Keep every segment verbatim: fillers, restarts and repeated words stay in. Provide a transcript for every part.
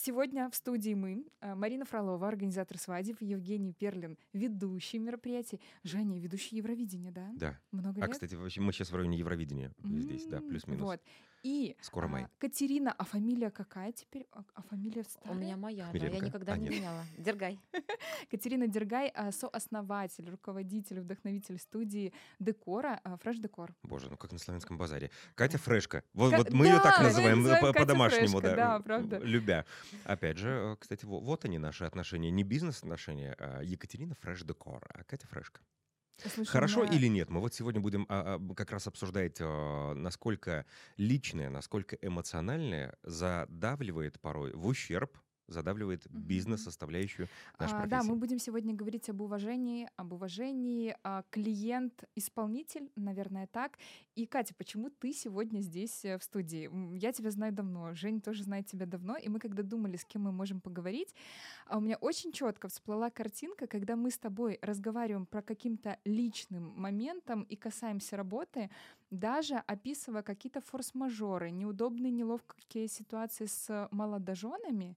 Сегодня в студии мы, э, Марина Фролова, организатор свадеб, Евгений Перлин, ведущий мероприятий, Женя, ведущий Евровидения, да? Да. Много А, лет? кстати, вообще мы сейчас в районе Евровидения здесь, да, М, плюс-минус. Вот. И Скоро а, май. Катерина, а фамилия какая теперь? А, а фамилия У старая? меня моя, да, я Хмеленко? никогда А, не нет. меняла. Дергай. Катерина Дергай, а, сооснователь, руководитель, вдохновитель студии декора а, Fresh Decor. Боже, ну как на славянском базаре. Катя Фрешка. Вот, Ка- вот мы ее так да, мы называем, называем по- Катя по-домашнему, Фрешка, да, да, правда. любя. Опять же, э, кстати, во- вот они наши отношения. Не бизнес-отношения, а Екатерина Fresh Decor, а Катя Фрешка. Слушай, Хорошо на- или нет? Мы вот сегодня будем а, а, как раз обсуждать, а, насколько личное, насколько эмоциональное задавливает порой в ущерб, задавливает Мгм. бизнес-составляющую нашей А, да, профессии. мы будем сегодня говорить об уважении, об уважении, а, клиент-исполнитель, наверное, так. И, Катя, почему ты сегодня здесь э, в студии? М, Я тебя знаю давно, Жень тоже знает тебя давно, и мы когда думали, с кем мы можем поговорить, а у меня очень четко всплыла картинка, когда мы с тобой разговариваем про каким-то личным моментом и касаемся работы, даже описывая какие-то форс-мажоры, неудобные, неловкие ситуации с молодоженами,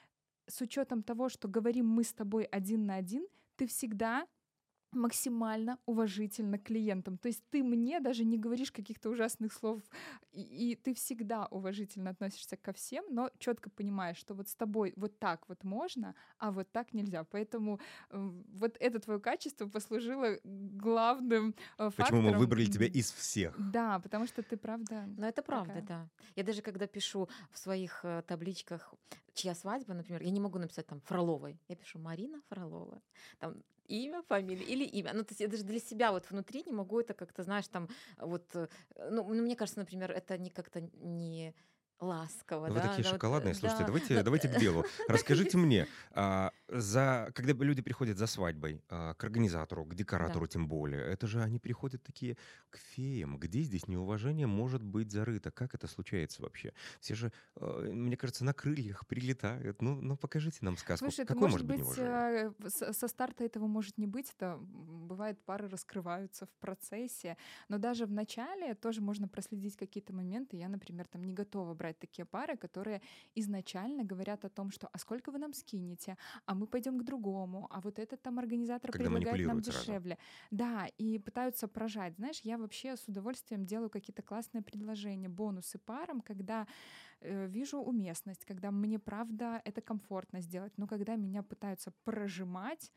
с учетом того, что говорим мы с тобой один на один, ты всегда максимально уважительно к клиентам. То есть ты мне даже не говоришь каких-то ужасных слов, и, и ты всегда уважительно относишься ко всем, но четко понимаешь, что вот с тобой вот так вот можно, а вот так нельзя. Поэтому э, вот это твое качество послужило главным э, Почему мы фактором. выбрали тебя М, из всех? Да, потому что ты правда Но это правда, такая. да. Я даже когда пишу в своих э, табличках, чья свадьба, например, я не могу написать там Фроловой. Я пишу Марина Фролова. Там имя, фамилия или имя. Ну, то есть я даже для себя вот внутри не могу это как-то, знаешь, там вот, э, ну, ну, мне кажется, например, это не как-то не ласково, Ну, вы да, такие да, вот, э, шоколадные. Слушайте, да, давайте, но, давайте к делу. так и Расскажите есть. мне, а, за, когда люди приходят за свадьбой, а, к организатору, к Да. декоратору тем более, это же они приходят такие к феям. Где здесь неуважение может быть зарыто? Как это случается вообще? Все же, э, мне кажется, на крыльях прилетают. Ну, ну покажите нам сказку. Слушай, это Какое может может быть быть, неуважение? э, с- со старта этого может не быть, это м, бывает, пары раскрываются в процессе, но даже в начале тоже можно проследить какие-то моменты. Я, например, там не готова брать такие пары, которые изначально говорят о том, что а сколько вы нам скинете, а мы пойдем к другому, а вот этот там организатор Когда предлагает нам манипулируют сразу. дешевле. Да, и пытаются прожать. Знаешь, я вообще с удовольствием делаю какие-то классные предложения, бонусы парам, когда э, вижу уместность, когда мне правда это комфортно сделать. Но когда меня пытаются прожимать,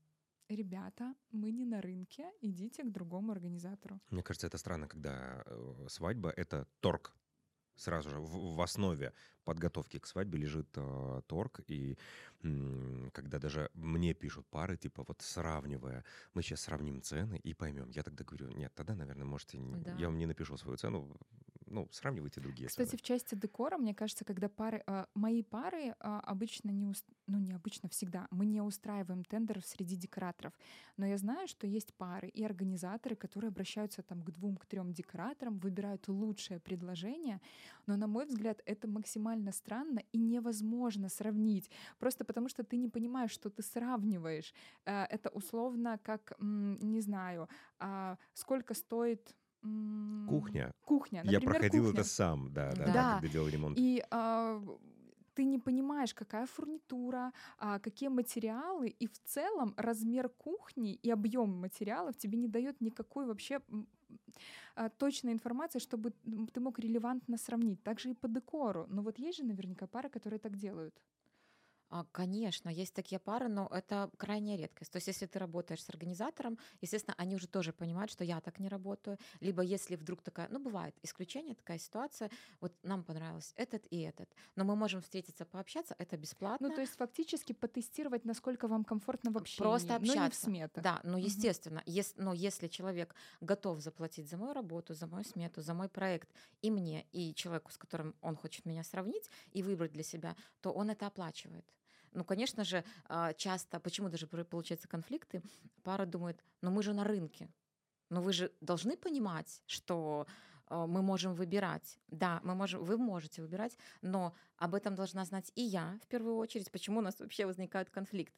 ребята, мы не на рынке, идите к другому организатору. Мне кажется, это странно, когда э, свадьба — это торг. Сразу же в, в основе подготовки к свадьбе лежит э, торг, и м, когда даже мне пишут пары, типа вот сравнивая, мы сейчас сравним цены и поймем. Я тогда говорю, нет, тогда, наверное, можете, н- я Да. вам не напишу свою цену, ну, сравнивайте другие Кстати, цены. в части декора, мне кажется, когда пары, а, мои пары а, обычно не, ус- ну не обычно, всегда, мы не устраиваем тендеров среди декораторов. Но я знаю, что есть пары и организаторы, которые обращаются там к двум, к трем декораторам, выбирают лучшее предложение. Но, на мой взгляд, это максимально странно и невозможно сравнить. Просто потому, что ты не понимаешь, что ты сравниваешь. Э, Это условно как, м, не знаю, а, сколько стоит м, Кухня. кухня, Я например, проходил кухня. это сам, да, да, да, Да. когда делал ремонт. И а, ты не понимаешь, какая фурнитура, а, какие материалы, и в целом размер кухни и объем материалов тебе не дает никакой вообще м, а, точной информации, чтобы м, ты мог релевантно сравнить. Также и по декору. Но вот есть же наверняка пары, которые так делают. А, Конечно, есть такие пары, но это крайняя редкость. То есть, если ты работаешь с организатором, естественно, они уже тоже понимают, что я так не работаю. Либо если вдруг такая, ну, бывает исключение, такая ситуация, вот нам понравилось этот и этот, но мы можем встретиться, пообщаться, это Ну, бесплатно, то есть фактически потестировать, насколько вам комфортно в общении, просто но не в общаться. сметах. Да, но Мгм. естественно, ес- но если человек готов заплатить за мою работу, за мою смету, за мой проект и мне, и человеку, с которым он хочет меня сравнить и выбрать для себя, то он это оплачивает. Ну, конечно же, а, часто, почему даже пр- получаются конфликты, пара думает, ну мы же на рынке, но вы же должны понимать, что э, мы можем выбирать. Да, мы можем, вы можете выбирать, но об этом должна знать и я в первую очередь, почему у нас вообще возникают конфликты. И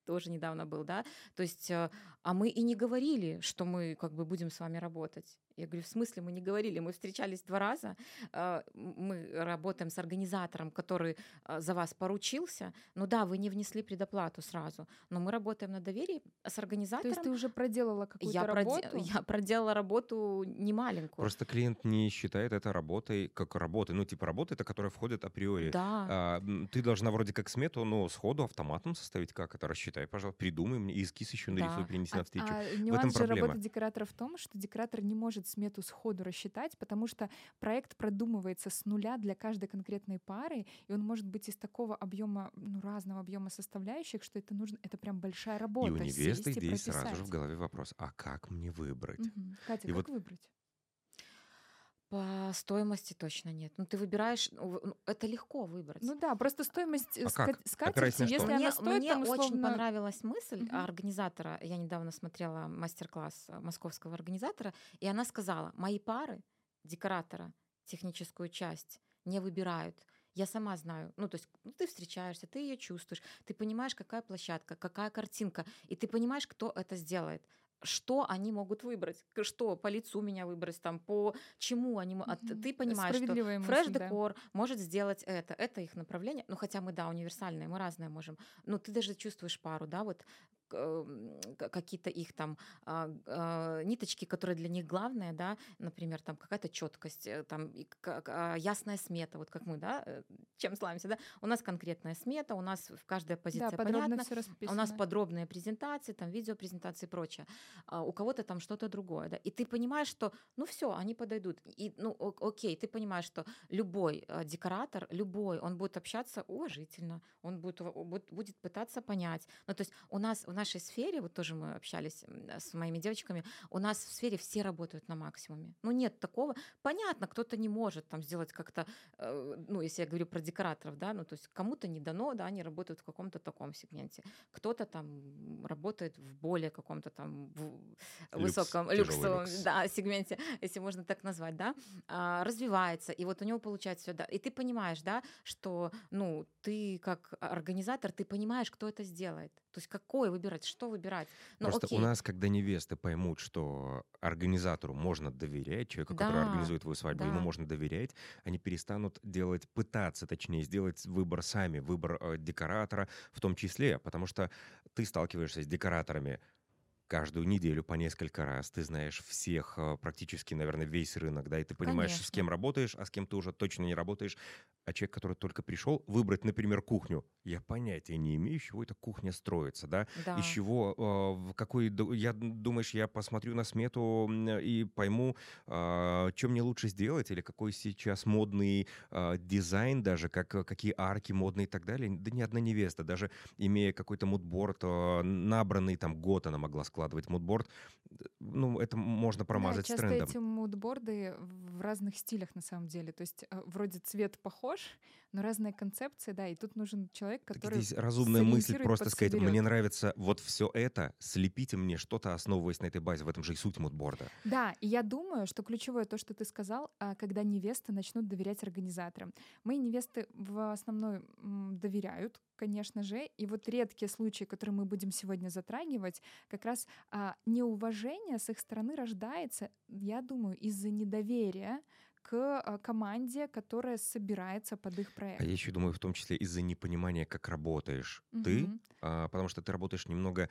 тоже недавно был, да, то есть, э, а мы и не говорили, что мы как бы будем с вами работать. Я говорю, в смысле мы не говорили? Мы встречались два раза, э, мы работаем с организатором, который э, за вас поручился. Ну да, вы не внесли предоплату сразу, но мы работаем на доверии с То есть организатором. ты уже проделала какую-то Я, проде- работу? я проделала работу немаленькую. Просто клиент не считает это работой как работой. Ну, типа работа, это которая входит априори. Да, А, м, ты должна вроде как смету, но сходу автоматом составить. Как это? Рассчитай, пожалуйста, придумай мне, и эскиз еще нарисуй, да. принеси А, на встречу. а В этом нюанс же проблема. работы декоратора в том, что декоратор не может смету сходу рассчитать, потому что проект продумывается с нуля для каждой конкретной пары, и он может быть из такого объема, ну, разного объема составляющих, что это нужно, это прям большая И у работа невесты сесть и здесь сразу же в прописать. голове вопрос, а как мне выбрать? Мгм. Катя, И как вот выбрать? По стоимости точно нет. Ну, ты выбираешь, ну, в- ну, это легко выбрать. Ну да, просто стоимость э, А как? ска- Опираясь скатерти, на что? если Мне, она стоит мне там очень условно... понравилась мысль Мгм. организатора. Я недавно смотрела мастер-класс э, московского организатора, и она сказала, мои пары декоратора техническую часть не выбирают. Я сама знаю. Ну, то есть ну, ты встречаешься, ты ее чувствуешь, ты понимаешь, какая площадка, какая картинка, и ты понимаешь, кто это сделает. Что они могут выбрать? К- Что по лицу меня выбрать, там, по чему они... мо- а т- Мгм. Ты понимаешь, что Справедливая мысль, да. фреш-декор может сделать это, это их направление. Ну, хотя мы, да, универсальные, мы разные можем. Ну, ты даже чувствуешь пару, да, вот к- м, к- какие-то их там а, а, ниточки, которые для них главные, да, например, там какая-то четкость, там и к- к- а, ясная смета, вот как мы, да, э, чем славимся, да, у нас конкретная смета, у нас в каждая Да, позиция подробно понятна, все у нас расписано. подробные презентации, там видеопрезентации и прочее, а у кого-то там что-то другое, да, и ты понимаешь, что, ну все, они подойдут, и, ну о- окей, ты понимаешь, что любой э, декоратор, любой, он будет общаться уважительно, он будет, ува- будет, будет пытаться понять, ну то есть у нас в нашей сфере, вот тоже мы общались м, с моими девочками, у нас в сфере все работают на максимуме, ну нет такого, понятно, кто-то не может там сделать как-то, э, ну если я говорю про декораторов, да, ну то есть кому-то не дано, да, они работают в каком-то таком сегменте, кто-то там работает в более каком-то там в- Люкс, высоком тяжелый люксовом, люкс. да, сегменте, если можно так назвать, да, а, развивается, и вот у него получается все, да, и ты понимаешь, да, что, ну, ты как организатор, ты понимаешь, кто это сделает, то есть какой выбирать, что выбирать, ну, Просто у окей, нас, когда невесты поймут, что организатору можно доверять, человеку, который да, организует твою свадьбу, ему да, можно доверять, они перестанут делать, пытаться, точнее, сделать выбор сами, выбор э, декоратора в том числе, потому что ты сталкиваешься с декораторами каждую неделю по несколько раз. Ты знаешь всех, э, практически, наверное, весь рынок, да, и ты понимаешь, с конечно, кем работаешь, а с кем ты уже точно не работаешь. А человек, который только пришел, выбрать, например, кухню. Я понятия не имею, с чего эта кухня строится, да, из да, чего, э, в какой, ду- я, м, думаешь, я посмотрю на смету м, и пойму, что мне лучше сделать, или какой сейчас модный э, дизайн даже, как, э, какие арки модные и так далее. Да ни одна невеста, даже имея какой-то мудборд, э, набранный там год она могла складывать мудборд, д- ну, это можно Да, промазать с часто трендом. эти мудборды в разных стилях на самом деле. То есть э, вроде цвет похож, но разные концепции, да, и тут нужен человек, Так который здесь разумная мысль сориентирует, просто сказать, мне подсоберет. нравится вот все это, слепите мне что-то, основываясь на этой базе. В этом же и суть мудборда. Да, и я думаю, что ключевое то, что ты сказал, а, когда невесты начнут доверять организаторам. Мои невесты в основном м, доверяют, конечно же, и вот редкие случаи, которые мы будем сегодня затрагивать, как раз а, неуважение с их стороны рождается, я думаю, из-за недоверия к а, команде, которая собирается под их А проект. я еще думаю, в том числе из-за непонимания, как работаешь ты, Мгм. а, потому что ты работаешь немного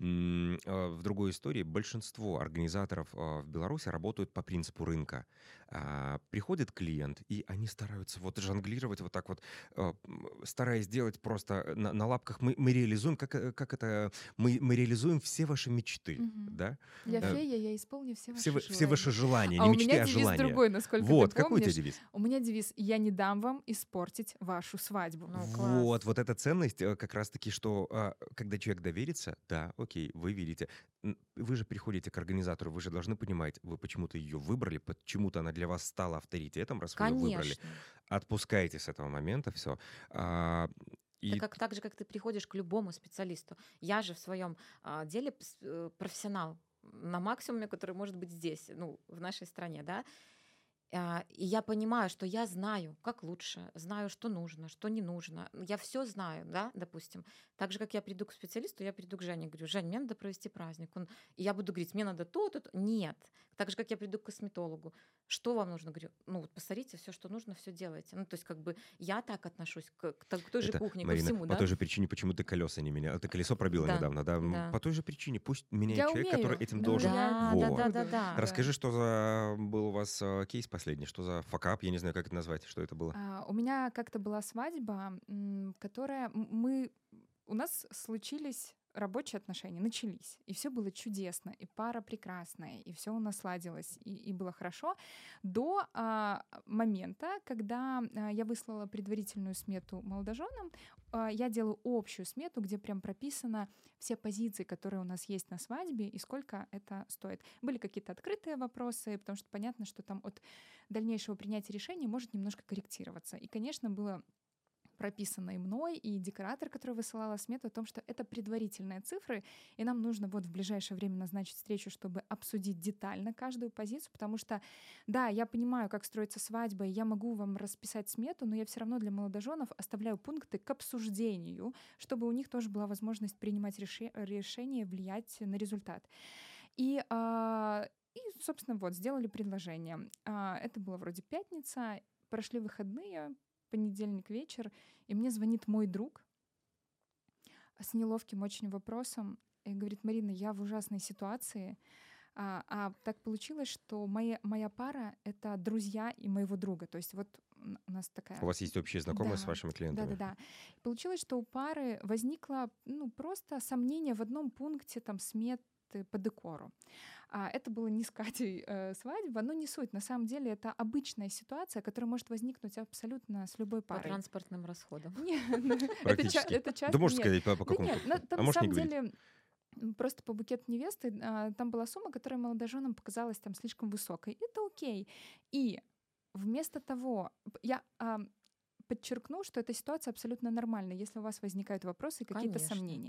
м, а, в другой истории. Большинство организаторов а, в Беларуси работают по принципу рынка. А, Приходит клиент, и они стараются вот жонглировать вот так вот, а, м, стараясь сделать просто на, на лапках. Мы, мы реализуем, как, э, как это, мы, мы реализуем все ваши мечты, Мгм. да? Я да. Э, фея, я исполню все Все, ваши вы- все ваши желания. желания, А не у мечты, меня а девиз желания. другой, насколько ты Вот, какой у тебя помнишь. девиз? У меня девиз «Я не дам вам испортить вашу свадьбу». Ну, Вот, класс. вот эта ценность э, как раз-таки, что а, когда человек доверится, да, окей, вы видите, н- вы же приходите к организатору, вы же должны понимать, вы почему-то ее выбрали, почему-то она для вас стала авторитетом, раз вы ее выбрали. Конечно. Отпускайте с этого момента все. Это И как так же, как ты приходишь к любому специалисту. Я же в своем а, деле пс- э, профессионал на максимуме, который может быть здесь, ну, в нашей стране, да. А, И я понимаю, что я знаю, как лучше, знаю, что нужно, что не нужно. Я все знаю, да, допустим. Так же, как я приду к специалисту, я приду к Жене, говорю: Жень, мне надо провести праздник. Он, и я буду говорить: мне надо то, то, то. Нет. Так же, как я приду к косметологу. Что вам нужно? Говорю: ну вот посмотрите, все, что нужно, все делайте. Ну, то есть как бы я так отношусь к, к та- к той же Это, кухне, ко Марина, всему, по да? той же причине, почему ты колеса не менял. Ты колесо пробила Да, недавно, да? М, да. По той же причине. Пусть меняет Я человек, который умею, этим но должен. я Да, не да, Вот. да, буду. да, да. Расскажи, что за был у вас э, кейс последний, что за факап, я не знаю, как это назвать, что это было. А, У меня как-то была свадьба, м, которая м- мы у нас случились рабочие отношения, начались, и все было чудесно, и пара прекрасная, и все у нас ладилось, и, и было хорошо до а, момента, когда а, я выслала предварительную смету молодоженам. А, я делаю общую смету, где прям прописано все позиции, которые у нас есть на свадьбе, и сколько это стоит. Были какие-то открытые вопросы, потому что понятно, что там от дальнейшего принятия решения может немножко корректироваться. И, конечно, было прописано и мной, и декоратор, который высылала смету, о том, что это предварительные цифры, и нам нужно вот в ближайшее время назначить встречу, чтобы обсудить детально каждую позицию, потому что, да, я понимаю, как строится свадьба, и я могу вам расписать смету, но я все равно для молодоженов оставляю пункты к обсуждению, чтобы у них тоже была возможность принимать реши- решения, влиять на результат. И, а, и, собственно, вот, сделали предложение. А, Это было вроде пятница, прошли выходные, понедельник вечер, и мне звонит мой друг с неловким очень вопросом и говорит: Марина, я в ужасной ситуации. А, а так получилось, что моя, моя пара — это друзья и моего друга. То есть вот м, у нас такая... У вас есть общие знакомые с Да, вашими клиентами? да-да-да. Получилось, что у пары возникло ну, просто сомнение в одном пункте там сметы по декору. А, это было не с Катей э, свадьба, но не суть. На самом деле это обычная ситуация, которая может возникнуть абсолютно с любой По парой. транспортным расходам. Не, ну, это ча- Практически. это Да часто можешь нет. сказать, по, по Да какому нет, пункту? на- А там на можешь не самом говорить? деле м, просто по букету невесты а, там была сумма, которая молодоженам показалась там слишком высокой. Это окей. И вместо того, п- я а, подчеркну, что эта ситуация абсолютно нормальна, если у вас возникают вопросы и какие-то Конечно. сомнения.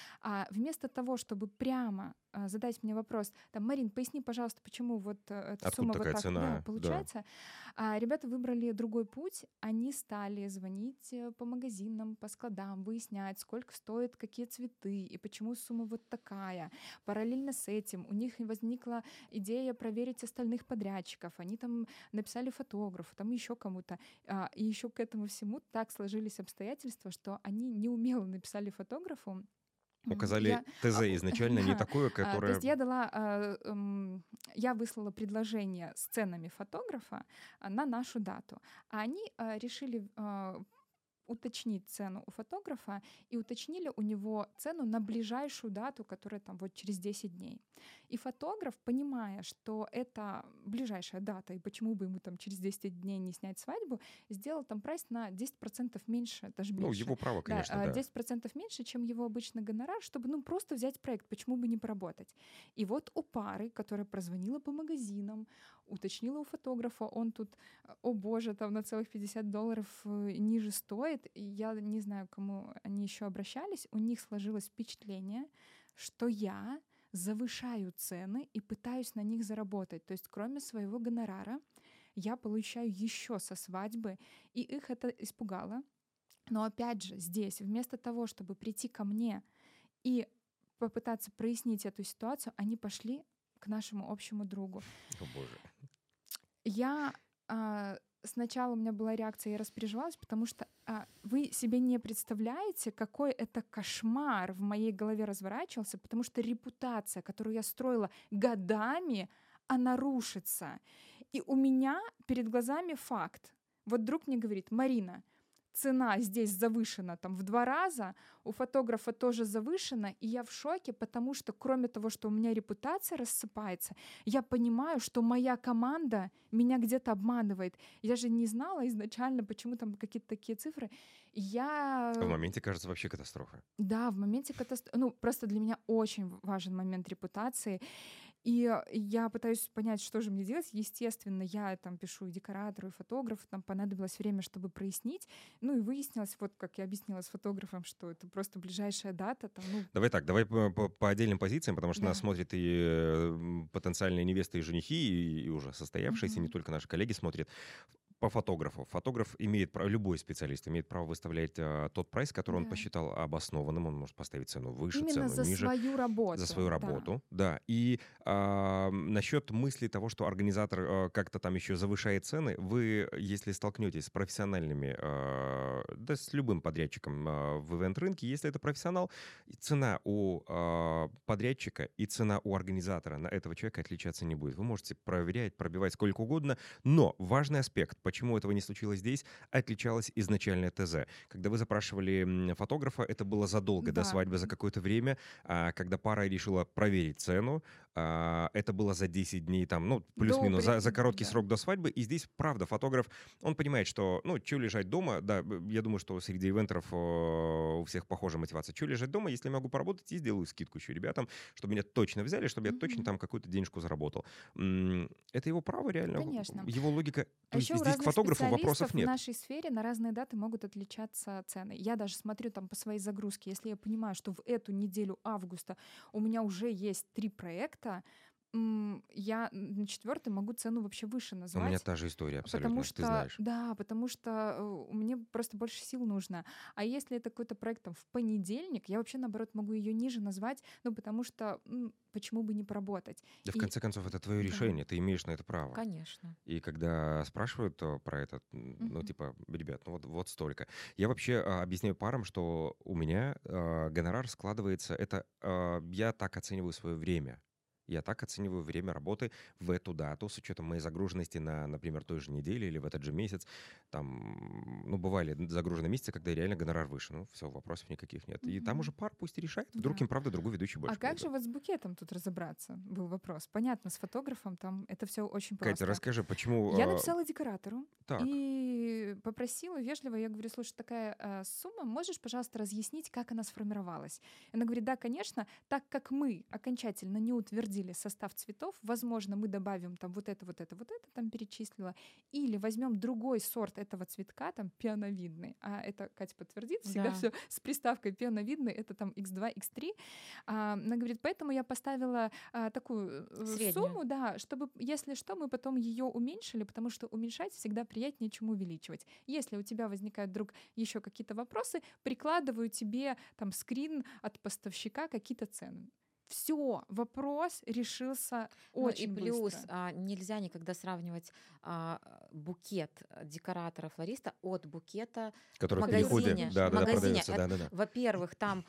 А вместо того, чтобы прямо а, задать мне вопрос, там, Марин, поясни, пожалуйста, почему вот э, эта Откуда сумма вот такая так цена? да, Да. получается, а, ребята выбрали другой путь. Они стали звонить э, по магазинам, по складам, выяснять, сколько стоят какие цветы и почему сумма вот такая. Параллельно с этим у них возникла идея проверить остальных подрядчиков. Они там написали фотографу, там еще кому-то. А, И еще к этому всему так сложились обстоятельства, что они неумело написали фотографу. М, Указали Я, ТЗ а, у- изначально не да, такое, а, то которое... есть я дала, а, м, я выслала предложение с ценами фотографа а, на нашу дату, а они а, решили а, уточнить цену у фотографа и уточнили у него цену на ближайшую дату, которая там вот через десять дней. И фотограф, понимая, что это ближайшая дата, и почему бы ему там через десять дней не снять свадьбу, сделал там прайс на десять процентов меньше, даже Ну, меньше. его право, Да, конечно, а, да. десять процентов меньше, чем его обычный гонорар, чтобы ну просто взять проект, почему бы не поработать. И вот у пары, которая прозвонила по магазинам, уточнила у фотографа, он тут, э, о боже, там на целых пятьдесят долларов э, ниже стоит. И я не знаю, к кому они еще обращались, у них сложилось впечатление, что я завышаю цены и пытаюсь на них заработать. То есть кроме своего гонорара я получаю еще со свадьбы, и их это испугало. Но опять же, здесь вместо того, чтобы прийти ко мне и попытаться прояснить эту ситуацию, они пошли к нашему общему другу. О, боже. Я а, сначала у меня была реакция, я распереживалась, потому что а, вы себе не представляете, какой это кошмар в моей голове разворачивался, потому что репутация, которую я строила годами, она рушится. И у меня перед глазами факт. Вот друг мне говорит: Марина, цена здесь завышена там в два раза, у фотографа тоже завышена, и я в шоке, потому что кроме того, что у меня репутация рассыпается, я понимаю, что моя команда меня где-то обманывает. Я же не знала изначально, почему там какие-то такие цифры. Я... В моменте кажется вообще катастрофа. Да, в моменте катастрофы. Ну, просто для меня очень важен момент репутации. И э, я пытаюсь понять, что же мне делать. Естественно, я там пишу и декоратору, и фотографу, там понадобилось время, чтобы прояснить. Ну и выяснилось, вот как я объяснила с фотографом, что это просто ближайшая дата. Там, ну, Давай так, давай по, по- по отдельным позициям, потому что нас да. смотрят и э, м, потенциальные невесты, и женихи, и, и уже состоявшиеся, не Мгм. только наши коллеги смотрят. По фотографу. Фотограф имеет право, любой специалист имеет право выставлять а, тот прайс, который он Да. посчитал обоснованным. Он может поставить цену выше, Именно цену за ниже. свою За работу, свою да. работу, да. И а, насчет мысли того, что организатор а, как-то там еще завышает цены, вы, если столкнетесь с профессиональными, а, да с любым подрядчиком а, в ивент-рынке, если это профессионал, и цена у а, подрядчика и цена у организатора на этого человека отличаться не будет. Вы можете проверять, пробивать сколько угодно, но важный аспект, почему этого не случилось здесь, отличалось изначальное ТЗ. Когда вы запрашивали м, фотографа, это было задолго до Да. свадьбы, за какое-то время, а, когда пара решила проверить цену, а, это было за десять дней, там, ну, До плюс-минус, за, за при... короткий Да. срок до свадьбы. И здесь, правда, фотограф, он понимает, что, ну, что лежать дома, да, б- я думаю, что среди ивентеров э, у всех похожая мотивация. Что лежать дома, если я могу поработать, и сделаю скидку еще ребятам, чтобы меня точно взяли, чтобы я точно Мгм. там какую-то денежку заработал. М, Это его право, реально, Конечно. его логика. А То есть еще у здесь к разных фотографу вопросов специалистов в нет. нашей сфере на разные даты могут отличаться цены. Я даже смотрю там по своей загрузке. Если я понимаю, что в эту неделю августа у меня уже есть три проекта, м, я на четвертый могу цену вообще выше У меня назвать. та же история Потому абсолютно, ты что, знаешь. да, потому что э, мне просто больше сил нужно. А если это какой-то проект там в понедельник, я вообще, наоборот, могу ее ниже назвать, ну, потому что м, почему бы не поработать? Да в И конце концов, это твое да. решение, ты имеешь на это право. Конечно. И когда спрашивают э, про это, м, ну, Мгм. типа, ребят, ну вот, вот столько. Я вообще а, объясняю парам, что у меня а, гонорар складывается, это а, я так оцениваю свое время. Я так оцениваю время работы в эту дату с учетом моей загруженности на, например, той же неделе или в этот же месяц. Там, ну, бывали загруженные месяцы, когда реально гонорар выше. Ну, все, вопросов никаких нет. И там Мгм. уже пар пусть и решает. Вдруг Да. им, правда, другой ведущий А больше как же подойдет. вот с букетом тут разобраться? Был вопрос. Понятно, с фотографом там это все очень Катя, просто. расскажи, почему... Я а, написала декоратору Так, и попросила вежливо, я говорю, слушай, такая э, сумма, можешь, пожалуйста, разъяснить, как она сформировалась? Она говорит, да, конечно, так как мы окончательно не утвердили состав цветов, возможно, мы добавим там вот это, вот это, вот это, там перечислила, или возьмем другой сорт этого цветка, там пионовидный, а это Катя подтвердит, всегда Да. все с приставкой пионовидный, это там икс два, икс три. А, она говорит, поэтому я поставила а, такую э, Среднюю. сумму, да, чтобы, если что, мы потом ее уменьшили, потому что уменьшать всегда приятнее, чем увеличивать. Если у тебя возникают вдруг еще какие-то вопросы, прикладываю тебе там скрин от поставщика, какие-то цены. Все, вопрос решился Ну и очень плюс быстро. а, нельзя никогда сравнивать а, букет декоратора, флориста от букета в который в Магазине. переходе, магазине. да, В да, да, магазине. продается, Это, да, да, да. во-первых, там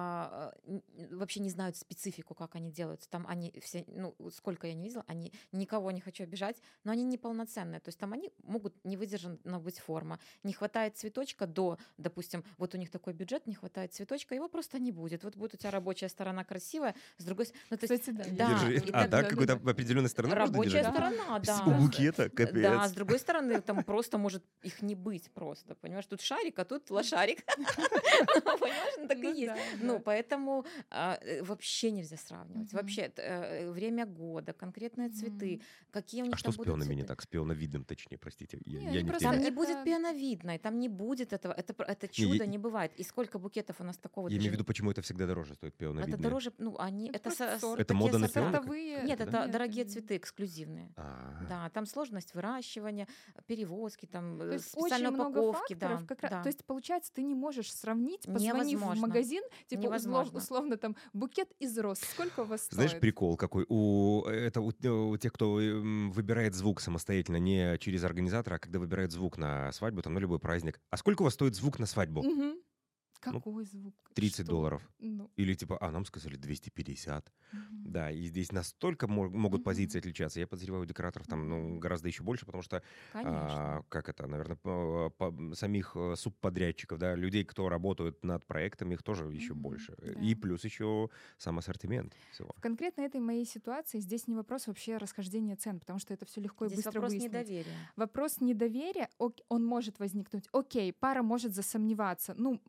а, н- вообще не знают специфику, как они делаются. Там они все, ну, сколько я не видела, они никого не хочу обижать, но они неполноценные. То есть там они могут не выдержана быть форма. Не хватает цветочка до, допустим, вот у них такой бюджет, не хватает цветочка, его просто не будет. Вот будет у тебя рабочая сторона красивая, с другой стороны, ну, то есть, Кстати, да, есть да, Держи. и А, так- да, да, какой-то да. определенной стороны можно рабочая держать? Да. сторона, С- да. У букета, Да, капец. с другой стороны, там просто может их не быть просто, понимаешь? Тут шарик, а тут лошарик. Понимаешь, ну так и Ну есть. да, Ну, да. поэтому а, э, вообще нельзя сравнивать. Мгм. Вообще, т- э, время года, конкретные цветы, Мгм. какие у А них что там с будут пионами не цветы. так? С пионовидом, точнее, простите. Я, Не, я они не в просто- Там теме. не это- будет пионовидной, там не будет этого. Это, пр- это Не, чудо я- не бывает. И сколько букетов у нас такого Я имею в даже- виду, почему это всегда дороже стоит пионовидные. Это дороже, ну, они, Это это, просто со- сорт. Это такие мода на сорта. пионы? Сортовые- Нет, Какие-то, это Нет, дорогие м. цветы, эксклюзивные. А, Да, там сложность выращивания, перевозки, там То э, есть специальной очень много упаковки, да, факторов. Как раз, да. То есть, получается, ты не можешь сравнить, позвонив в Невозможно. магазин, типа услов- Невозможно. условно там букет из роз. Сколько у вас стоит? Знаешь, прикол какой? У, это у, у тех, кто м, выбирает звук самостоятельно, не через организатора, а когда выбирает звук на свадьбу, там, на любой праздник. А сколько у вас стоит звук на свадьбу? Мгм. Какой звук? тридцать Что? долларов. Ну, Или типа, а нам сказали двести пятьдесят. мгм. Да, и здесь настолько мо- могут Мгм. позиции отличаться. Я подозреваю, у декораторов там ну, Мгм. гораздо еще больше, потому что, Конечно. а, как это, наверное, по- по- самих э, субподрядчиков, да, людей, кто работают над проектами, их тоже еще Мгм. больше. Да. И плюс еще сам ассортимент всего. В конкретно этой моей ситуации здесь не вопрос вообще расхождения цен, потому что это все легко и Здесь быстро вопрос выяснить. недоверия. Вопрос недоверия, ок- он может возникнуть. Окей, пара может засомневаться. Ну, сложились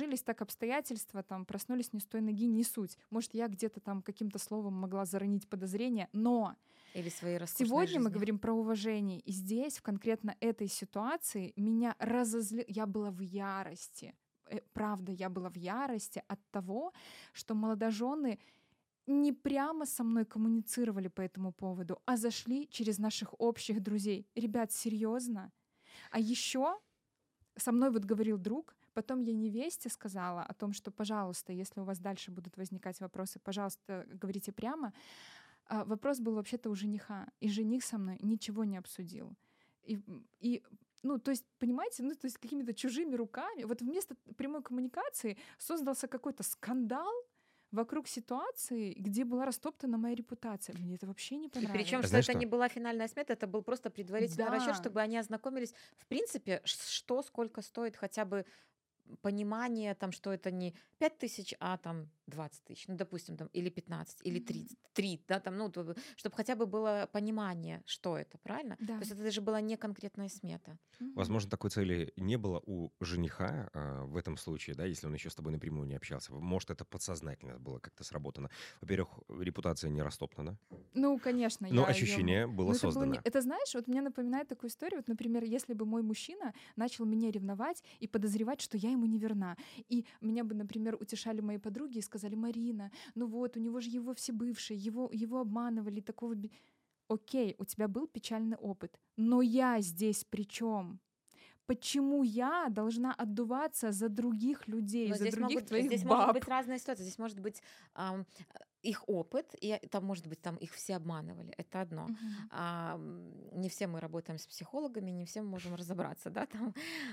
сложились так обстоятельства, там, проснулись не с той ноги, не суть. Может, я где-то там каким-то словом могла заронить подозрение, но Или свои роскошные сегодня мы жизни. говорим про уважение. И здесь, в конкретно этой ситуации, меня разозлило. Я была в ярости. Э, Правда, я была в ярости от того, что молодожены не прямо со мной коммуницировали по этому поводу, а зашли через наших общих друзей. Ребят, серьезно? А еще со мной вот говорил друг, потом я невесте сказала о том, что, пожалуйста, если у вас дальше будут возникать вопросы, пожалуйста, говорите прямо. А вопрос был вообще-то у жениха, и жених со мной ничего не обсудил. И, и ну, то есть, понимаете, ну, то есть какими-то чужими руками, вот вместо прямой коммуникации создался какой-то скандал вокруг ситуации, где была растоптана моя репутация. Мне это вообще не И причем, понравилось. что А знаешь это что? не была финальная смета, это был просто предварительный расчет, Да, чтобы они ознакомились, в принципе, ш- что, сколько стоит хотя бы понимание, там, что это не пять тысяч, а там двадцать тысяч, ну, допустим, там, или пятнадцать, или мгм, тридцать, три, да, там, ну, чтобы хотя бы было понимание, что это, правильно? То да. есть это даже была не конкретная смета. Мгм. Возможно, такой цели не было у жениха а, в этом случае, да, если он еще с тобой напрямую не общался. Может, это подсознательно было как-то сработано. Во-первых, репутация не растоптана, Ну, конечно, но я ее... ощущение было Но это было не... создано. Это, знаешь, вот мне напоминает такую историю. Вот, например, если бы мой мужчина начал меня ревновать и подозревать, что я ему не верна. И меня бы, например, утешали мои подруги и сказали: Марина, ну вот, у него же его все бывшие, его, его обманывали, такого... би-». Окей, у тебя был печальный опыт, но я здесь при чем? Почему я должна отдуваться за других людей, Но за здесь других могут, твоих здесь может быть баб? разная ситуация. Здесь может быть ам, их опыт, и там может быть там их все обманывали. Это одно. Мгм. А, м, не все мы работаем с психологами, не все мы можем разобраться, да, там.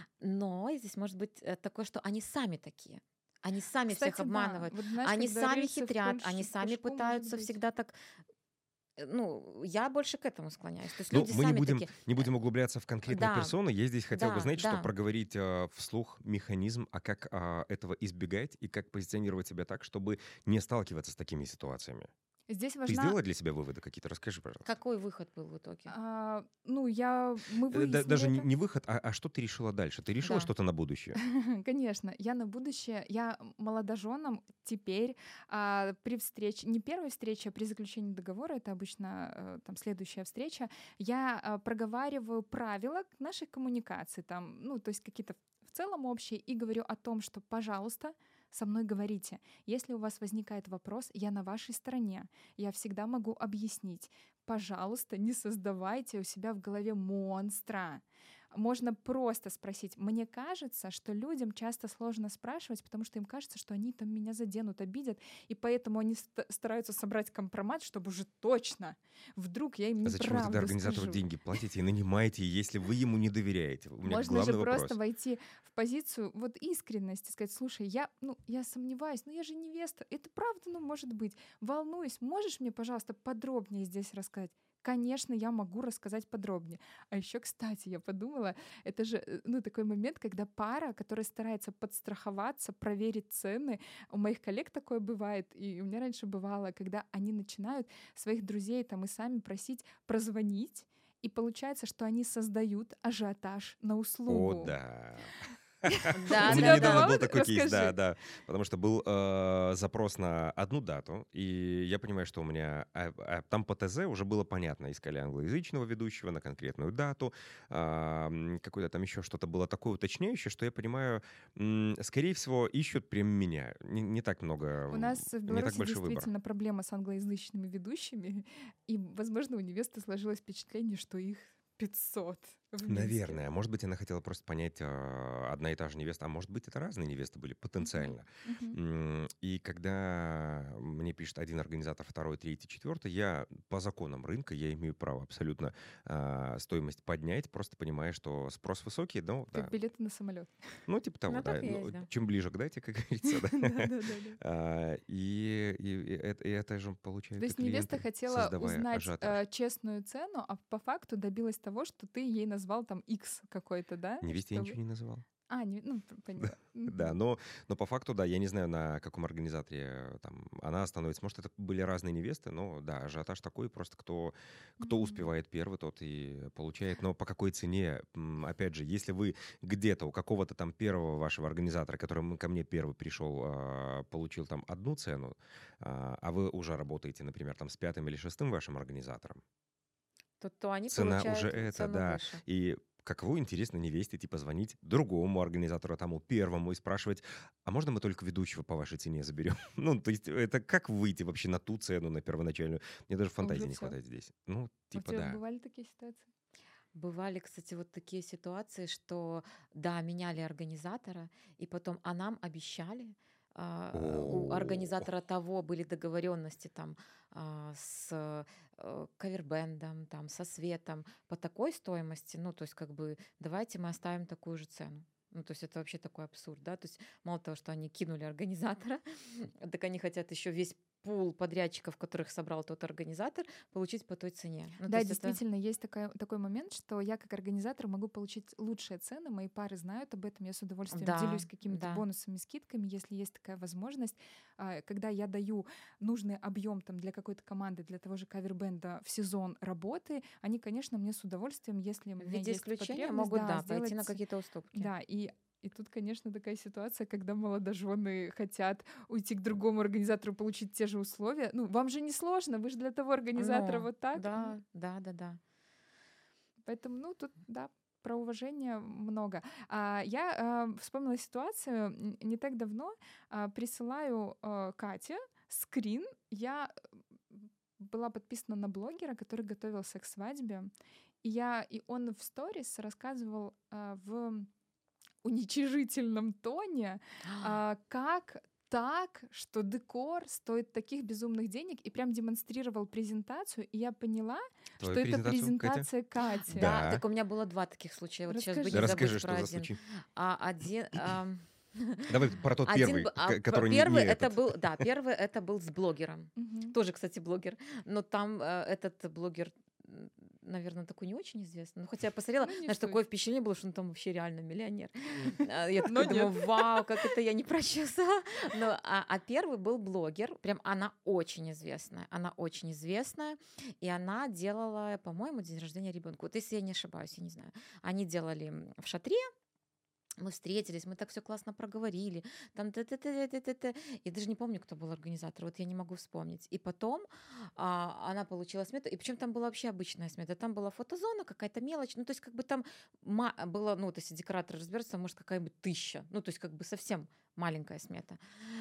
Но здесь может быть э, такое, что они сами такие. Они сами всех Кстати, да. обманывают. Вот знаешь, Они когда сами рыльце в хитрят, они пуш- в сами пушку, может пытаются быть. всегда так. э, Ну, я больше к этому склоняюсь. То есть Ну, люди мы не сами будем, такие. не э, будем углубляться в конкретные Да, персоны. Я здесь хотел бы, да, знаете, что да. проговорить э, вслух механизм, а как а, этого избегать и как позиционировать себя так, чтобы не сталкиваться с такими ситуациями. Здесь Ты важна, сделала для себя выводы какие-то? Расскажи, пожалуйста. Какой выход был в итоге? а, ну, я, мы Э, да- выяснили Даже не, это. не выход, а, а что ты решила дальше? Ты решила Да. что-то на будущее? Конечно, я на будущее, я молодоженам теперь а, при встрече, не первой встрече, а при заключении договора, это обычно э, там следующая встреча, я а, проговариваю правила нашей коммуникации, там, ну, то есть какие-то в целом общие, и говорю о том, что, пожалуйста, со мной говорите. Если у вас возникает вопрос, я на вашей стороне. Я всегда могу объяснить. Пожалуйста, не создавайте у себя в голове монстра. Можно просто спросить. Мне кажется, что людям часто сложно спрашивать, потому что им кажется, что они там меня заденут, обидят, и поэтому они ст- стараются собрать компромат, чтобы уже точно, вдруг я им А зачем вы тогда неправду организатору скажу. деньги платите и нанимаете, если вы ему не доверяете? У меня Можно же главный просто вопрос. войти в позицию вот искренности, сказать: слушай, я, ну, я сомневаюсь, но я же невеста, это правда, ну, может быть, волнуюсь, можешь мне, пожалуйста, подробнее здесь рассказать? Конечно, я могу рассказать подробнее. А еще, кстати, я подумала, это же, э, ну, такой момент, когда пара, которая старается подстраховаться, проверить цены. У моих коллег такое бывает, и у меня раньше бывало, когда они начинают своих друзей там и сами просить прозвонить, и получается, что они создают ажиотаж на О, услугу. да. Да, У У меня тебя да, недавно да. бывало? был такой кейс, да, Расскажи. да. Потому что был э, запрос на одну дату, и я понимаю, что у меня а, а, там по ТЗ уже было понятно. Искали англоязычного ведущего на конкретную дату, а, м, какое-то там еще что-то было такое уточняющее, что я понимаю, м, скорее всего, ищут прям меня. Не, не так много, У нас в не так Беларуси большой выбор. действительно проблема с англоязычными ведущими, и, возможно, у невесты сложилось впечатление, что их пятьсот в Минске. Наверное. Может быть, она хотела просто понять, а, одна и та же невеста, а может быть, это разные невесты были Мгм, потенциально. мгм. М, И когда мне пишет один организатор, второй, третий, четвертый, я по законам рынка, я имею право абсолютно а, стоимость поднять, просто понимая, что спрос высокий, ну Как да, билеты на самолет. ну типа того, Ну, да. так и Ну, есть, да. чем ближе к дате, как говорится, да. Да-да-да. А, И, и- и это, и это же То получают и есть невеста клиенты, хотела создавая узнать ажиотаж. э, честную цену, а по факту добилась того, что ты ей назвал там X какой-то, да? Невесте я Чтобы... ничего не называл. А, не, ну, п- поняла. Да, Мгм. но, но по факту, да, я не знаю, на каком организаторе э, там она становится. Может, это были разные невесты, но да, ажиотаж такой, просто кто, кто Мгм. успевает первый, тот и получает. Но по какой цене? М, Опять же, если вы где-то у какого-то там первого вашего организатора, который м- ко мне первый пришел, а, получил там одну цену, а а вы уже работаете, например, там с пятым или шестым вашим организатором, То, то они цена уже получают в это, цену да. выше. И каково интересно невесте, типа, звонить другому организатору, тому первому, и спрашивать, а можно мы только ведущего по вашей цене заберем? Ну, то есть это как выйти вообще на ту цену, на первоначальную? Мне даже фантазии Уже не все. хватает здесь. Ну, У типа, тебя да. бывали такие ситуации? Бывали, кстати, вот такие ситуации, что, да, меняли организатора, и потом, а нам обещали, а, у О, организатора того были договоренности там а, с э, кавербэндом, там, со светом по такой стоимости, ну, то есть как бы давайте мы оставим такую же цену. Ну, то есть это вообще такой абсурд, да, то есть мало того, что они кинули организатора, так они хотят еще весь пул подрядчиков, которых собрал тот организатор, получить по той цене. Ну, то Да, есть это... действительно, есть такая, такой момент, что я как организатор могу получить лучшие цены, мои пары знают об этом, я с удовольствием делюсь Да, какими-то да. бонусами, скидками, если есть такая возможность. А, Когда я даю нужный объем там, для какой-то команды, для того же кавербенда в сезон работы, они, конечно, мне с удовольствием, если у В меня виде есть исключения потребность, могут, да, да, пойти на сделать, какие-то уступки. да, и и тут, конечно, такая ситуация, когда молодожены хотят уйти к другому организатору, получить те же условия. Ну, вам же не сложно, вы же для того организатора Ну, вот так. да, да, да, да. Поэтому, ну, тут, да, про уважение много. А, я а, вспомнила ситуацию н- не так давно. а, присылаю а, Кате скрин. Я м, была подписана на блогера, который готовился к свадьбе. И, я, и он в сторис рассказывал а, в уничижительном тоне, а, как так, что декор стоит таких безумных денег, и прям демонстрировал презентацию, и я поняла, твою что это презентацию, Катя? презентация Кати. Да, Да. так у меня было два таких случая. Вот сейчас бы Расскажи. не Расскажи, забыть что про за один. случай. А один... ам, Давай про тот Один, первый, б- а, ко- п- который не, не первый это этот. был, да, первый это был с блогером. Мгм. Тоже, кстати, блогер. Но там э, этот блогер, наверное, такой не очень известный. Ну, хотя я посмотрела, Ну, не знаешь, суть. такое впечатление было, что он там вообще реально миллионер. А, Я Но такая нет. думаю, вау, как это я не прочесала. Но, а, а первый был блогер. Прям она очень известная. Она очень известная. И она делала, по-моему, день рождения ребенку. Вот если я не ошибаюсь, я не знаю. Они делали м, в шатре. Мы встретились, мы так все классно проговорили, там т т т т т т Я даже не помню, кто был организатор, вот я не могу вспомнить. И потом а, она получила смету, и причем там была вообще обычная смета, там была фотозона, какая-то мелочь, ну то есть как бы там ма- было, ну то есть декоратор разберется, может какая-нибудь тысяча, ну то есть как бы совсем маленькая смета.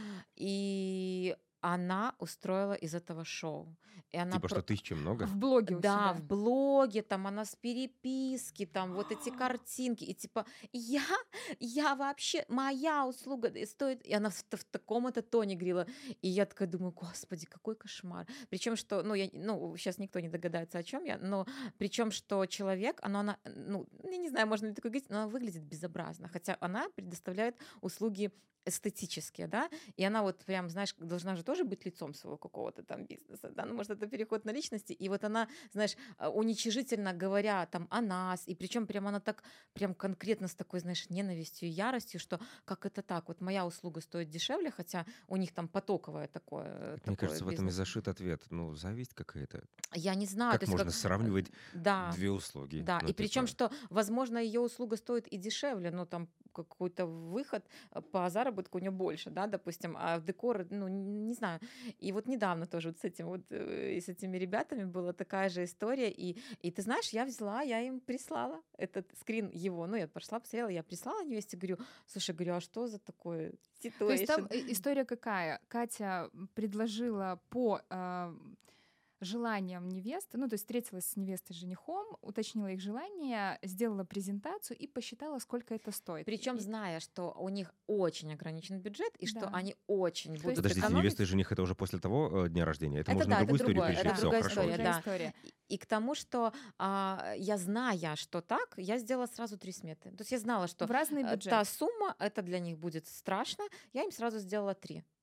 И она устроила из этого шоу. И она Типа, что про- тысячи много? В блоге у да, в себя. блоге, там она с переписки, там вот эти картинки, и типа я, я вообще, моя услуга д- стоит, и она в, т- в таком это тоне говорила, и я такая думаю, господи, какой кошмар. Причем, что, ну, я, ну, сейчас никто не догадается, о чем я, но причем, что человек, она, она, ну, я не знаю, можно ли такое говорить, но она выглядит безобразно, хотя она предоставляет услуги эстетические, да, и она вот прям, знаешь, должна же тоже быть лицом своего какого-то там бизнеса, да, ну, может, это переход на личности, и вот она, знаешь, а, уничижительно говоря там о нас, и причем прям она так, прям конкретно с такой, знаешь, ненавистью и яростью, что как это так, вот моя услуга стоит дешевле, хотя у них там потоковое такое, Мне такое кажется, в этом и бизнес. зашит ответ. Ну, зависть какая-то. Я не знаю, то Как есть как, можно э, сравнивать да, две услуги? да, Ну, и причем, типа, что, возможно, ее услуга стоит и дешевле, но там какой-то выход э, по заработку у нее больше, да, допустим, а в декор, ну, н- не знаю. И вот недавно тоже вот с этим вот, э, и с этими ребятами была такая же история, и, и ты знаешь, я взяла, я им прислала этот скрин его, ну, я пошла, посмотрела, я прислала невесте, говорю, слушай, говорю, а что за такое То есть там situation? э, история какая? Катя м, предложила по а, желаниям невесты, ну, то есть встретилась с невестой с женихом, уточнила их желания, сделала презентацию и посчитала, сколько это стоит. Причем И- зная, что у них очень ограничен бюджет, и что Да. они очень есть- будут подождите, экономить. невеста и жених это уже после того э, дня рождения? Это, Это можно да, на это другую историю другое, перешли? это Да, Все, другая это хорошо. история, уже окей. да. история. И, и к тому, что а, я зная, что так, я сделала сразу три сметы. То есть я знала, что В разный э, бюджет. та сумма, это для них будет страшно, я им сразу сделала три.